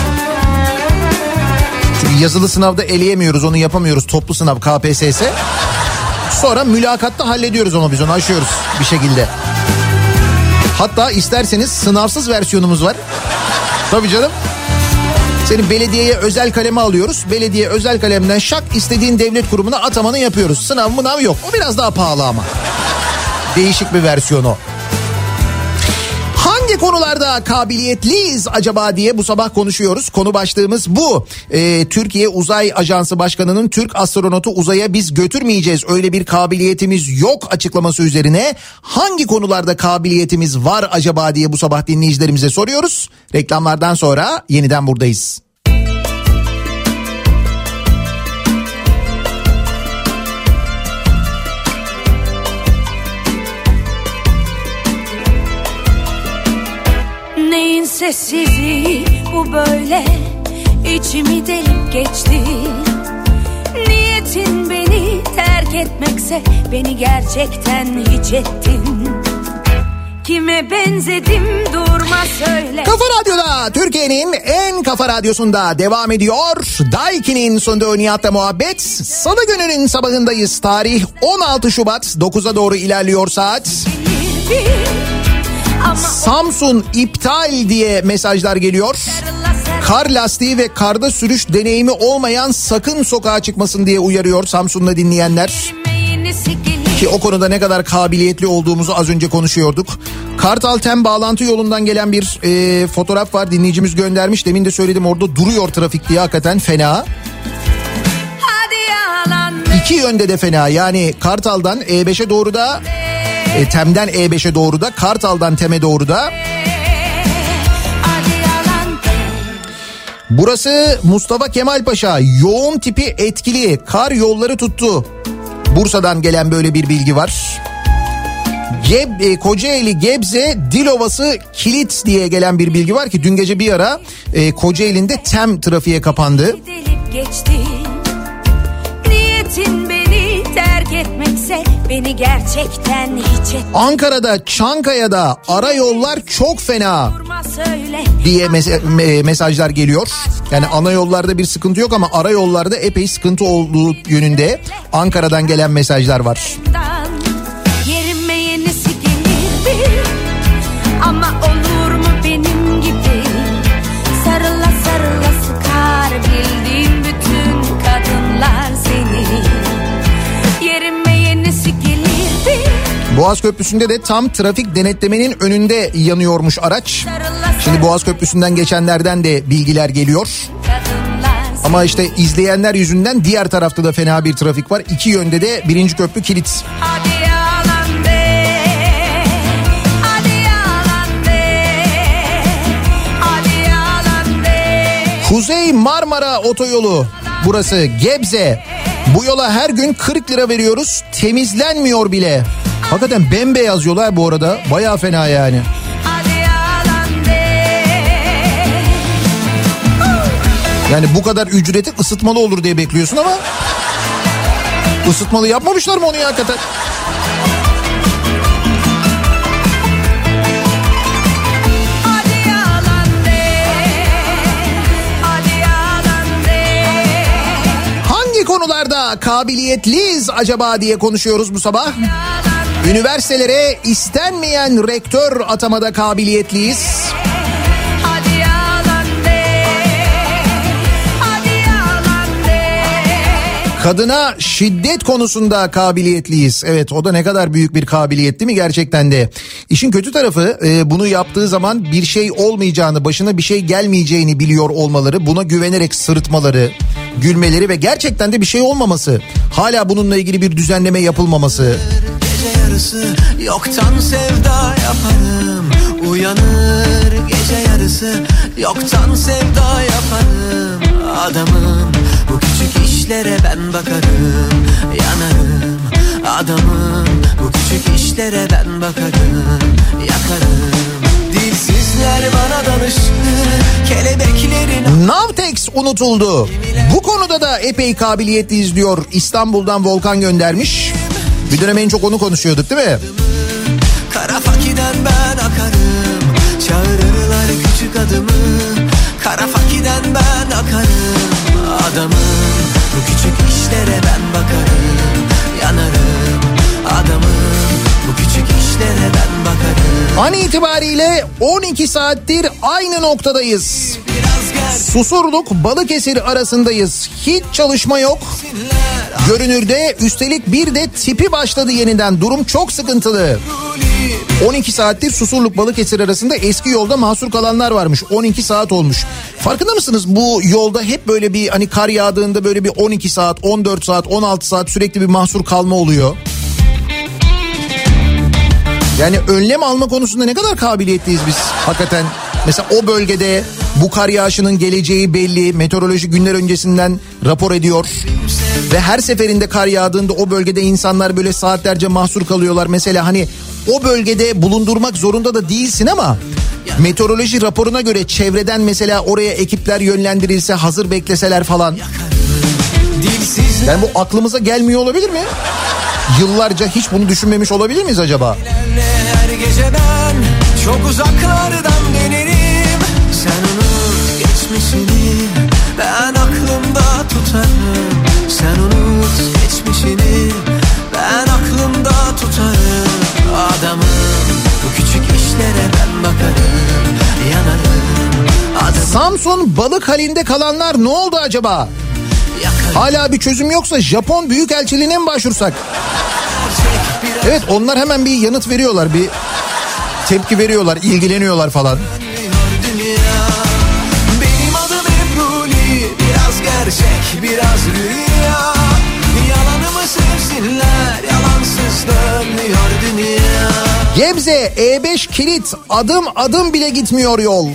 Çünkü yazılı sınavda eleyemiyoruz, onu yapamıyoruz, toplu sınav K P S S. Sonra mülakatta hallediyoruz ama biz onu aşıyoruz bir şekilde. Hatta isterseniz sınavsız versiyonumuz var. Tabii canım. Senin belediyeye özel kalemi alıyoruz. Belediye özel kalemden şak istediğin devlet kurumuna atamanı yapıyoruz. Sınav mınav yok. O biraz daha pahalı ama. Değişik bir versiyonu. Hangi konularda kabiliyetliyiz acaba diye bu sabah konuşuyoruz. Konu başlığımız bu. Ee, Türkiye Uzay Ajansı Başkanı'nın Türk astronotu uzaya biz götürmeyeceğiz, öyle bir kabiliyetimiz yok açıklaması üzerine hangi konularda kabiliyetimiz var acaba diye bu sabah dinleyicilerimize soruyoruz. Reklamlardan sonra yeniden buradayız. Neyin sessizliği bu böyle, içimi delip geçti. Niyetin beni terk etmekse beni gerçekten hiç ettin. Kime benzedim durma söyle. Kafa Radyo'da, Türkiye'nin en kafa radyosunda devam ediyor. Daiki'nin sunduğu Nihat'la muhabbet. Salı gününün sabahındayız. Tarih on altı Şubat, dokuza doğru ilerliyor saat. Samsun iptal diye mesajlar geliyor. Kar lastiği ve karda sürüş deneyimi olmayan sakın sokağa çıkmasın diye uyarıyor Samsun'da dinleyenler. Ki o konuda ne kadar kabiliyetli olduğumuzu az önce konuşuyorduk. Kartal Tem bağlantı yolundan gelen bir e, fotoğraf var, dinleyicimiz göndermiş. Demin de söyledim, orada duruyor trafik diye, hakikaten fena. İki yönde de fena, yani Kartal'dan E beşe doğru da... E, Tem'den E beşe doğru da, Kartal'dan Tem'e doğru da. Burası Mustafa Kemal Paşa, yoğun tipi etkili, kar yolları tuttu. Bursa'dan gelen böyle bir bilgi var. Geb, e, Kocaeli, Gebze, Dilovası, Kilit diye gelen bir bilgi var ki dün gece bir ara e, Kocaeli'nde Tem trafiğe kapandı. Niyetin beni terk etmekse beni gerçekten hiç et. Ankara'da, Çankaya'da ara yollar çok fena diye mes- mesajlar geliyor. Yani ana yollarda bir sıkıntı yok ama ara yollarda epey sıkıntı olduğu yönünde Ankara'dan gelen mesajlar var. Yerime yenisi gelirdi ama olur mu benim gibi sarıla sarıla sıkar bildiğim bütün kadınlar seni. Yerime yenisi gelirdi. Boğaz Köprüsü'nde de tam trafik denetlemenin önünde yanıyormuş araç. Şimdi Boğaz Köprüsü'nden geçenlerden de bilgiler geliyor. Ama işte izleyenler yüzünden diğer tarafta da fena bir trafik var. İki yönde de birinci köprü kilit. Kuzey Marmara Otoyolu, burası Gebze. Bu yola her gün kırk lira veriyoruz, temizlenmiyor bile. Hakikaten bembeyaz yol ha bu arada, bayağı fena yani. Yani bu kadar ücreti ısıtmalı olur diye bekliyorsun ama ısıtmalı yapmamışlar mı onu ya hakikaten? Hangi konularda kabiliyetliyiz acaba diye konuşuyoruz bu sabah. Üniversitelere istenmeyen rektör atamada kabiliyetliyiz. Kadına şiddet konusunda kabiliyetliyiz. Evet, o da ne kadar büyük bir kabiliyet değil mi gerçekten de. İşin kötü tarafı e, bunu yaptığı zaman bir şey olmayacağını, başına bir şey gelmeyeceğini biliyor olmaları, buna güvenerek sırıtmaları, gülmeleri ve gerçekten de bir şey olmaması. Hala bununla ilgili bir düzenleme yapılmaması. Gece yarısı yoktan sevda yaparım, uyanır gece yarısı yoktan sevda yaparım. Adamım bu küçük işlere ben bakarım, yanarım. Adamım bu küçük işlere ben bakarım, yakarım. Dilsizler bana danıştı, kelebeklerin... Navtex unutuldu. Bu konuda da epey kabiliyetliyiz diyor. İstanbul'dan Volkan göndermiş. Bir dönem en çok onu konuşuyorduk değil mi? Kara fakiden ben akarım, çağırırlar küçük adımı. Kara fakiden ben akarım, An itibariyle on iki saattir aynı noktadayız. Susurluk Balıkesir arasındayız. Hiç çalışma yok. Görünürde üstelik bir de tipi başladı yeniden. Durum çok sıkıntılı. on iki saattir Susurluk Balıkesir arasında eski yolda mahsur kalanlar varmış. on iki saat olmuş. Farkında mısınız? Bu yolda hep böyle bir hani kar yağdığında böyle bir on iki saat, on dört saat, on altı saat sürekli bir mahsur kalma oluyor. Yani önlem alma konusunda ne kadar kabiliyetliyiz biz hakikaten. Mesela o bölgede bu kar yağışının geleceği belli. Meteoroloji günler öncesinden rapor ediyor. Ve her seferinde kar yağdığında o bölgede insanlar böyle saatlerce mahsur kalıyorlar. Mesela hani o bölgede bulundurmak zorunda da değilsin ama meteoroloji raporuna göre çevreden mesela oraya ekipler yönlendirilse, hazır bekleseler falan. Yani bu aklımıza gelmiyor olabilir mi? Yıllarca hiç bunu düşünmemiş olabilir miyiz acaba? Her gece ben çok uzaklardan dönerim. Sen unut geçmişini, ben aklımda tutarım. Sen unut geçmişini, ben aklımda tutarım. Adamım bu küçük işlere ben bakarım, yanarım. Adamım. Samsun balık halinde kalanlar ne oldu acaba? Hala bir çözüm yoksa Japon Büyükelçiliğine mi başvursak? Evet, onlar hemen bir yanıt veriyorlar, bir tepki veriyorlar, ilgileniyorlar falan. Benim adım Ebruli, biraz gerçek, biraz rüya. Yalanımı sevsinler, yalansız dönmüyor dünya. Gebze E beş kilit, adım adım bile gitmiyor yol.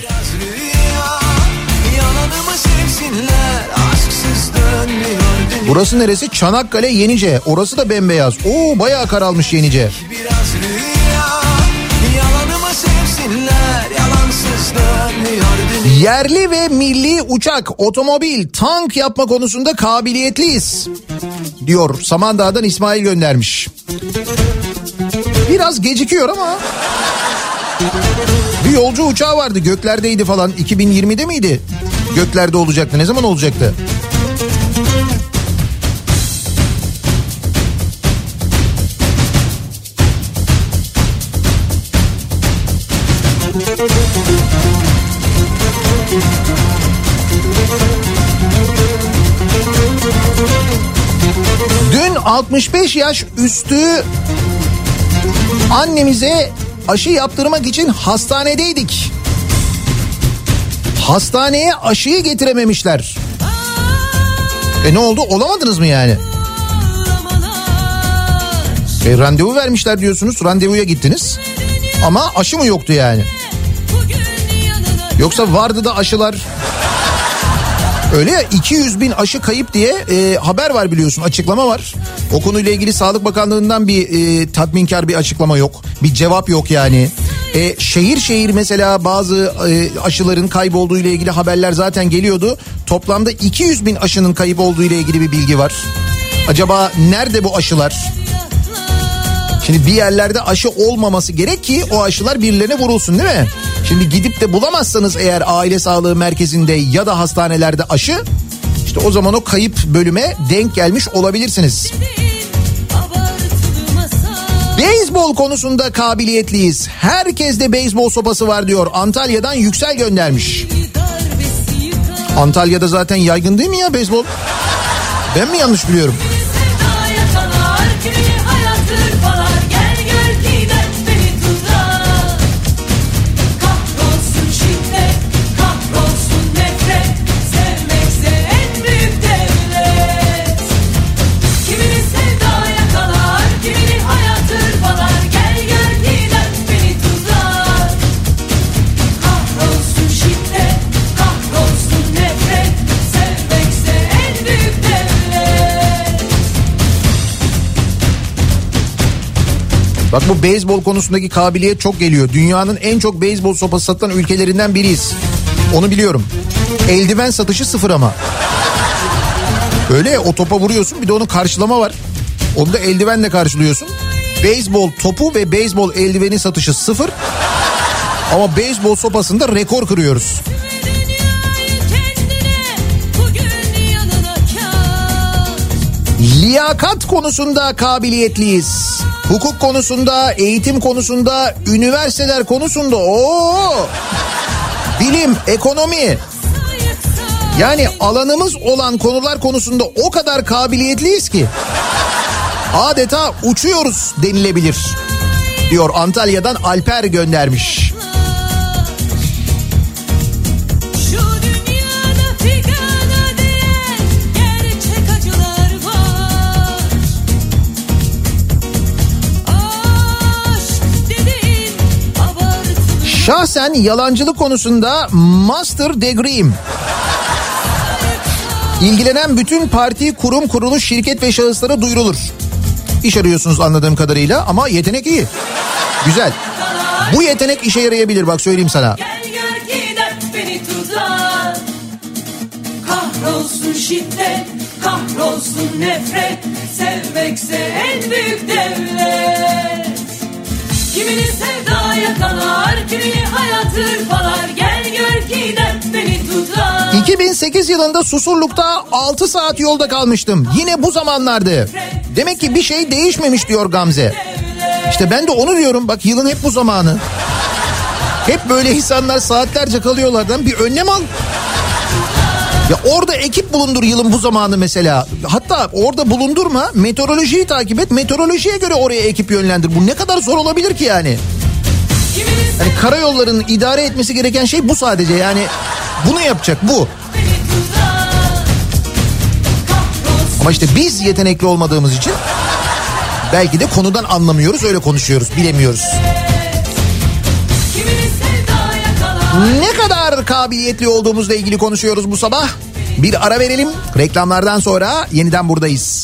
Yalanımı sevsinler, aşksız dönmüyor dünya. Burası neresi? Çanakkale Yenice. Orası da bembeyaz. Oo, bayağı karalmış Yenice. Biraz rüya, yalanımı sevsinler, yalansız dönmüyor dünya. Yerli ve milli uçak, otomobil, tank yapma konusunda kabiliyetliyiz diyor. Samandağ'dan İsmail göndermiş. Biraz gecikiyor ama. Bir yolcu uçağı vardı, göklerdeydi falan. iki bin yirmide miydi? Göklerde olacaktı. Ne zaman olacaktı? Dün altmış beş yaş üstü annemize aşı yaptırmak için hastanedeydik. Hastaneye aşıyı getirememişler. E ne oldu? Olamadınız mı yani? E randevu vermişler diyorsunuz. Randevuya gittiniz. Ama aşı mı yoktu yani? Yoksa vardı da aşılar. Öyle ya, iki yüz bin aşı kayıp diye e, haber var, biliyorsun, açıklama var. O konuyla ilgili Sağlık Bakanlığı'ndan bir e, tatminkar bir açıklama yok. Bir cevap yok yani. E, şehir şehir mesela bazı e, aşıların kaybolduğu ile ilgili haberler zaten geliyordu. Toplamda iki yüz bin aşının kayıp olduğu ile ilgili bir bilgi var. Acaba nerede bu aşılar? Şimdi bir yerlerde aşı olmaması gerek ki o aşılar birilerine vurulsun, değil mi? Şimdi gidip de bulamazsanız eğer aile sağlığı merkezinde ya da hastanelerde aşı, işte o zaman o kayıp bölüme denk gelmiş olabilirsiniz. Beyzbol konusunda kabiliyetliyiz. Herkeste beyzbol sopası var diyor. Antalya'dan Yüksel göndermiş. Antalya'da zaten yaygın değil mi ya beyzbol? Ben mi yanlış biliyorum? Bak, bu beyzbol konusundaki kabiliyet çok geliyor. Dünyanın en çok beyzbol sopası satılan ülkelerinden biriyiz. Onu biliyorum. Eldiven satışı sıfır ama. Öyle ya, o topa vuruyorsun, bir de onun karşılama var. Onu da eldivenle karşılıyorsun. Beyzbol topu ve beyzbol eldiveni satışı sıfır. Ama beyzbol sopasında rekor kırıyoruz. Liyakat konusunda kabiliyetliyiz. Hukuk konusunda, eğitim konusunda, üniversiteler konusunda ooo. Bilim, ekonomi. Yani alanımız olan konular konusunda o kadar kabiliyetliyiz ki adeta uçuyoruz denilebilir. Diyor Antalya'dan Alper göndermiş. Şahsen yalancılık konusunda master degree'im. İlgilenen bütün parti, kurum, kuruluş, şirket ve şahıslara duyurulur. İş arıyorsunuz anladığım kadarıyla ama yetenek iyi. Güzel. Bu yetenek işe yarayabilir bak söyleyeyim sana. Gel gör ki dert beni tutar. Kahrolsun şiddet, kahrolsun nefret. Sevmekse en büyük devlet. Kimini sevdaya kanar, kimini hayat hırpalar. Gel gör ki dert beni tutar. iki bin sekiz yılında Susurluk'ta altı saat yolda kalmıştım. Yine bu zamanlardı. Demek ki bir şey değişmemiş diyor Gamze. İşte ben de onu diyorum bak yılın hep bu zamanı. Hep böyle insanlar saatlerce kalıyorlardan bir önlem al. Ya orada ekip bulundur yılın bu zamanı mesela. Hatta orada bulundurma, meteorolojiyi takip et. Meteorolojiye göre oraya ekip yönlendir. Bu ne kadar zor olabilir ki yani? Yani karayollarının idare etmesi gereken şey bu sadece. Yani bunu yapacak bu. Ama işte biz yetenekli olmadığımız için belki de konudan anlamıyoruz, öyle konuşuyoruz, bilemiyoruz. Ne kadar kabiliyetli olduğumuzla ilgili konuşuyoruz bu sabah. Bir ara verelim. Reklamlardan sonra yeniden buradayız.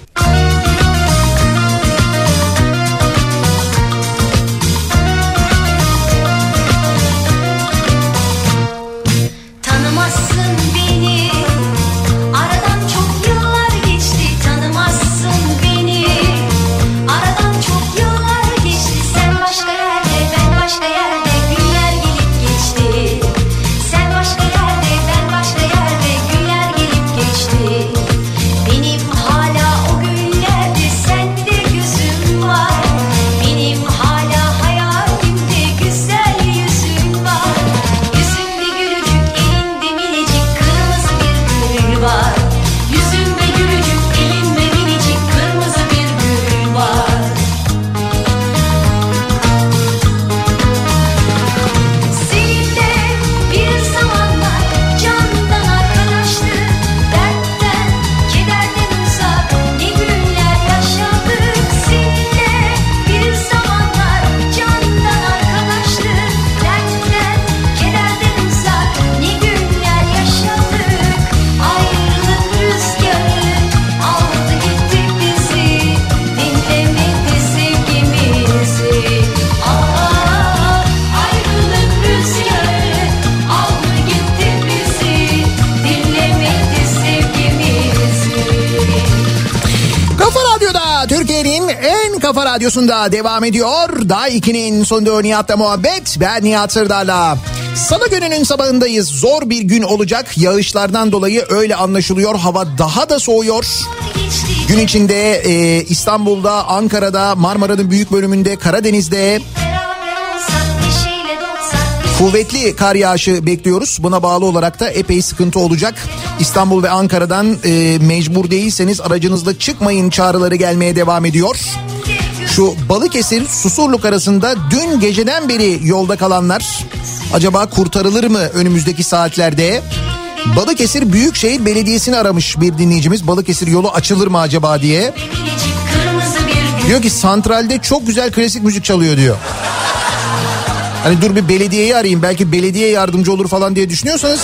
Tanımazsın beni, aradan çok yıllar geçti. Tanımazsın beni, aradan çok yıllar geçti. Sen başka yerde, ben başka yerde, günler gelip geçti. Sen başka yerde, ben başka yerde, günler gelip geçti. Benim hala o günlerde sende gözüm var. Benim hala hayalimde güzel yüzün var. Yüzünde gülücük, elinde minicik kırmızı bir gül var. Yüzünde gülücük, elinde minicik kırmızı bir gül var. Seninle bir zamanlar candan arkadaştık. Dertten, kederden uzak ne günler yaşadık. Seninle bir zamanlar candan arkadaştık. Dertten, kederden uzak ne günler yaşadık. Ayrılık rüzgarı aldı gitti bizi. Dinlemedi sevgimizi. Aa, ayrılık rüzgarı aldı gitti bizi. Dinlemedi sevgimizi. Kafa Radyo'da, Türkiye'nin en kafa radyosunda devam ediyor. Daha ikinin sunduğu Nihat'la muhabbet. Ben Nihat Sırdar'la. Salı gününün sabahındayız. Zor bir gün olacak. Yağışlardan dolayı öyle anlaşılıyor. Hava daha da soğuyor. Gün içinde e, İstanbul'da, Ankara'da, Marmara'nın büyük bölümünde, Karadeniz'de Beraber olsak, neşeyle dolsak. kuvvetli kar yağışı bekliyoruz. Buna bağlı olarak da epey sıkıntı olacak. İstanbul ve Ankara'dan e, mecbur değilseniz aracınızla çıkmayın çağrıları gelmeye devam ediyor. Şu Balıkesir Susurluk arasında dün geceden beri yolda kalanlar acaba kurtarılır mı önümüzdeki saatlerde? Balıkesir Büyükşehir Belediyesi'ni aramış bir dinleyicimiz. Balıkesir yolu açılır mı acaba diye. Minicik kırmızı bir gül. Diyor ki santralde çok güzel klasik müzik çalıyor diyor. Hani dur bir belediyeyi arayayım belki belediye yardımcı olur falan diye düşünüyorsanız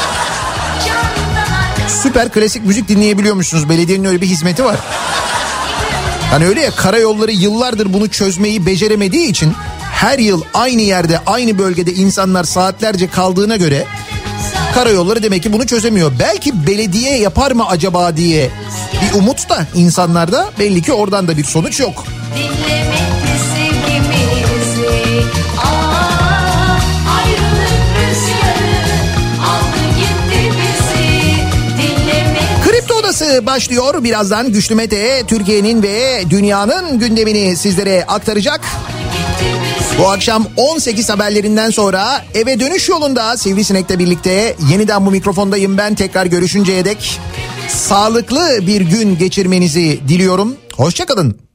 Candan arkadaştık. süper klasik müzik dinleyebiliyormuşsunuz. Belediyenin öyle bir hizmeti var. Hani öyle ya, karayolları yıllardır bunu çözmeyi beceremediği için her yıl aynı yerde aynı bölgede insanlar saatlerce kaldığına göre karayolları demek ki bunu çözemiyor. Belki belediye yapar mı acaba diye bir umut da insanlarda, belli ki oradan da bir sonuç yok. Dinlemedi sevgimizi. Aa, ayrılık rüzgarı aldı gitti bizi. Dinlemedi. Kripto Odası Altı başlıyor. Birazdan Güçlü Mete Türkiye'nin ve dünyanın gündemini sizlere aktaracak. Bu akşam on sekiz haberlerinden sonra eve dönüş yolunda Sivrisinek'le birlikte yeniden bu mikrofondayım ben. Tekrar görüşünceye dek sağlıklı bir gün geçirmenizi diliyorum. Hoşça kalın.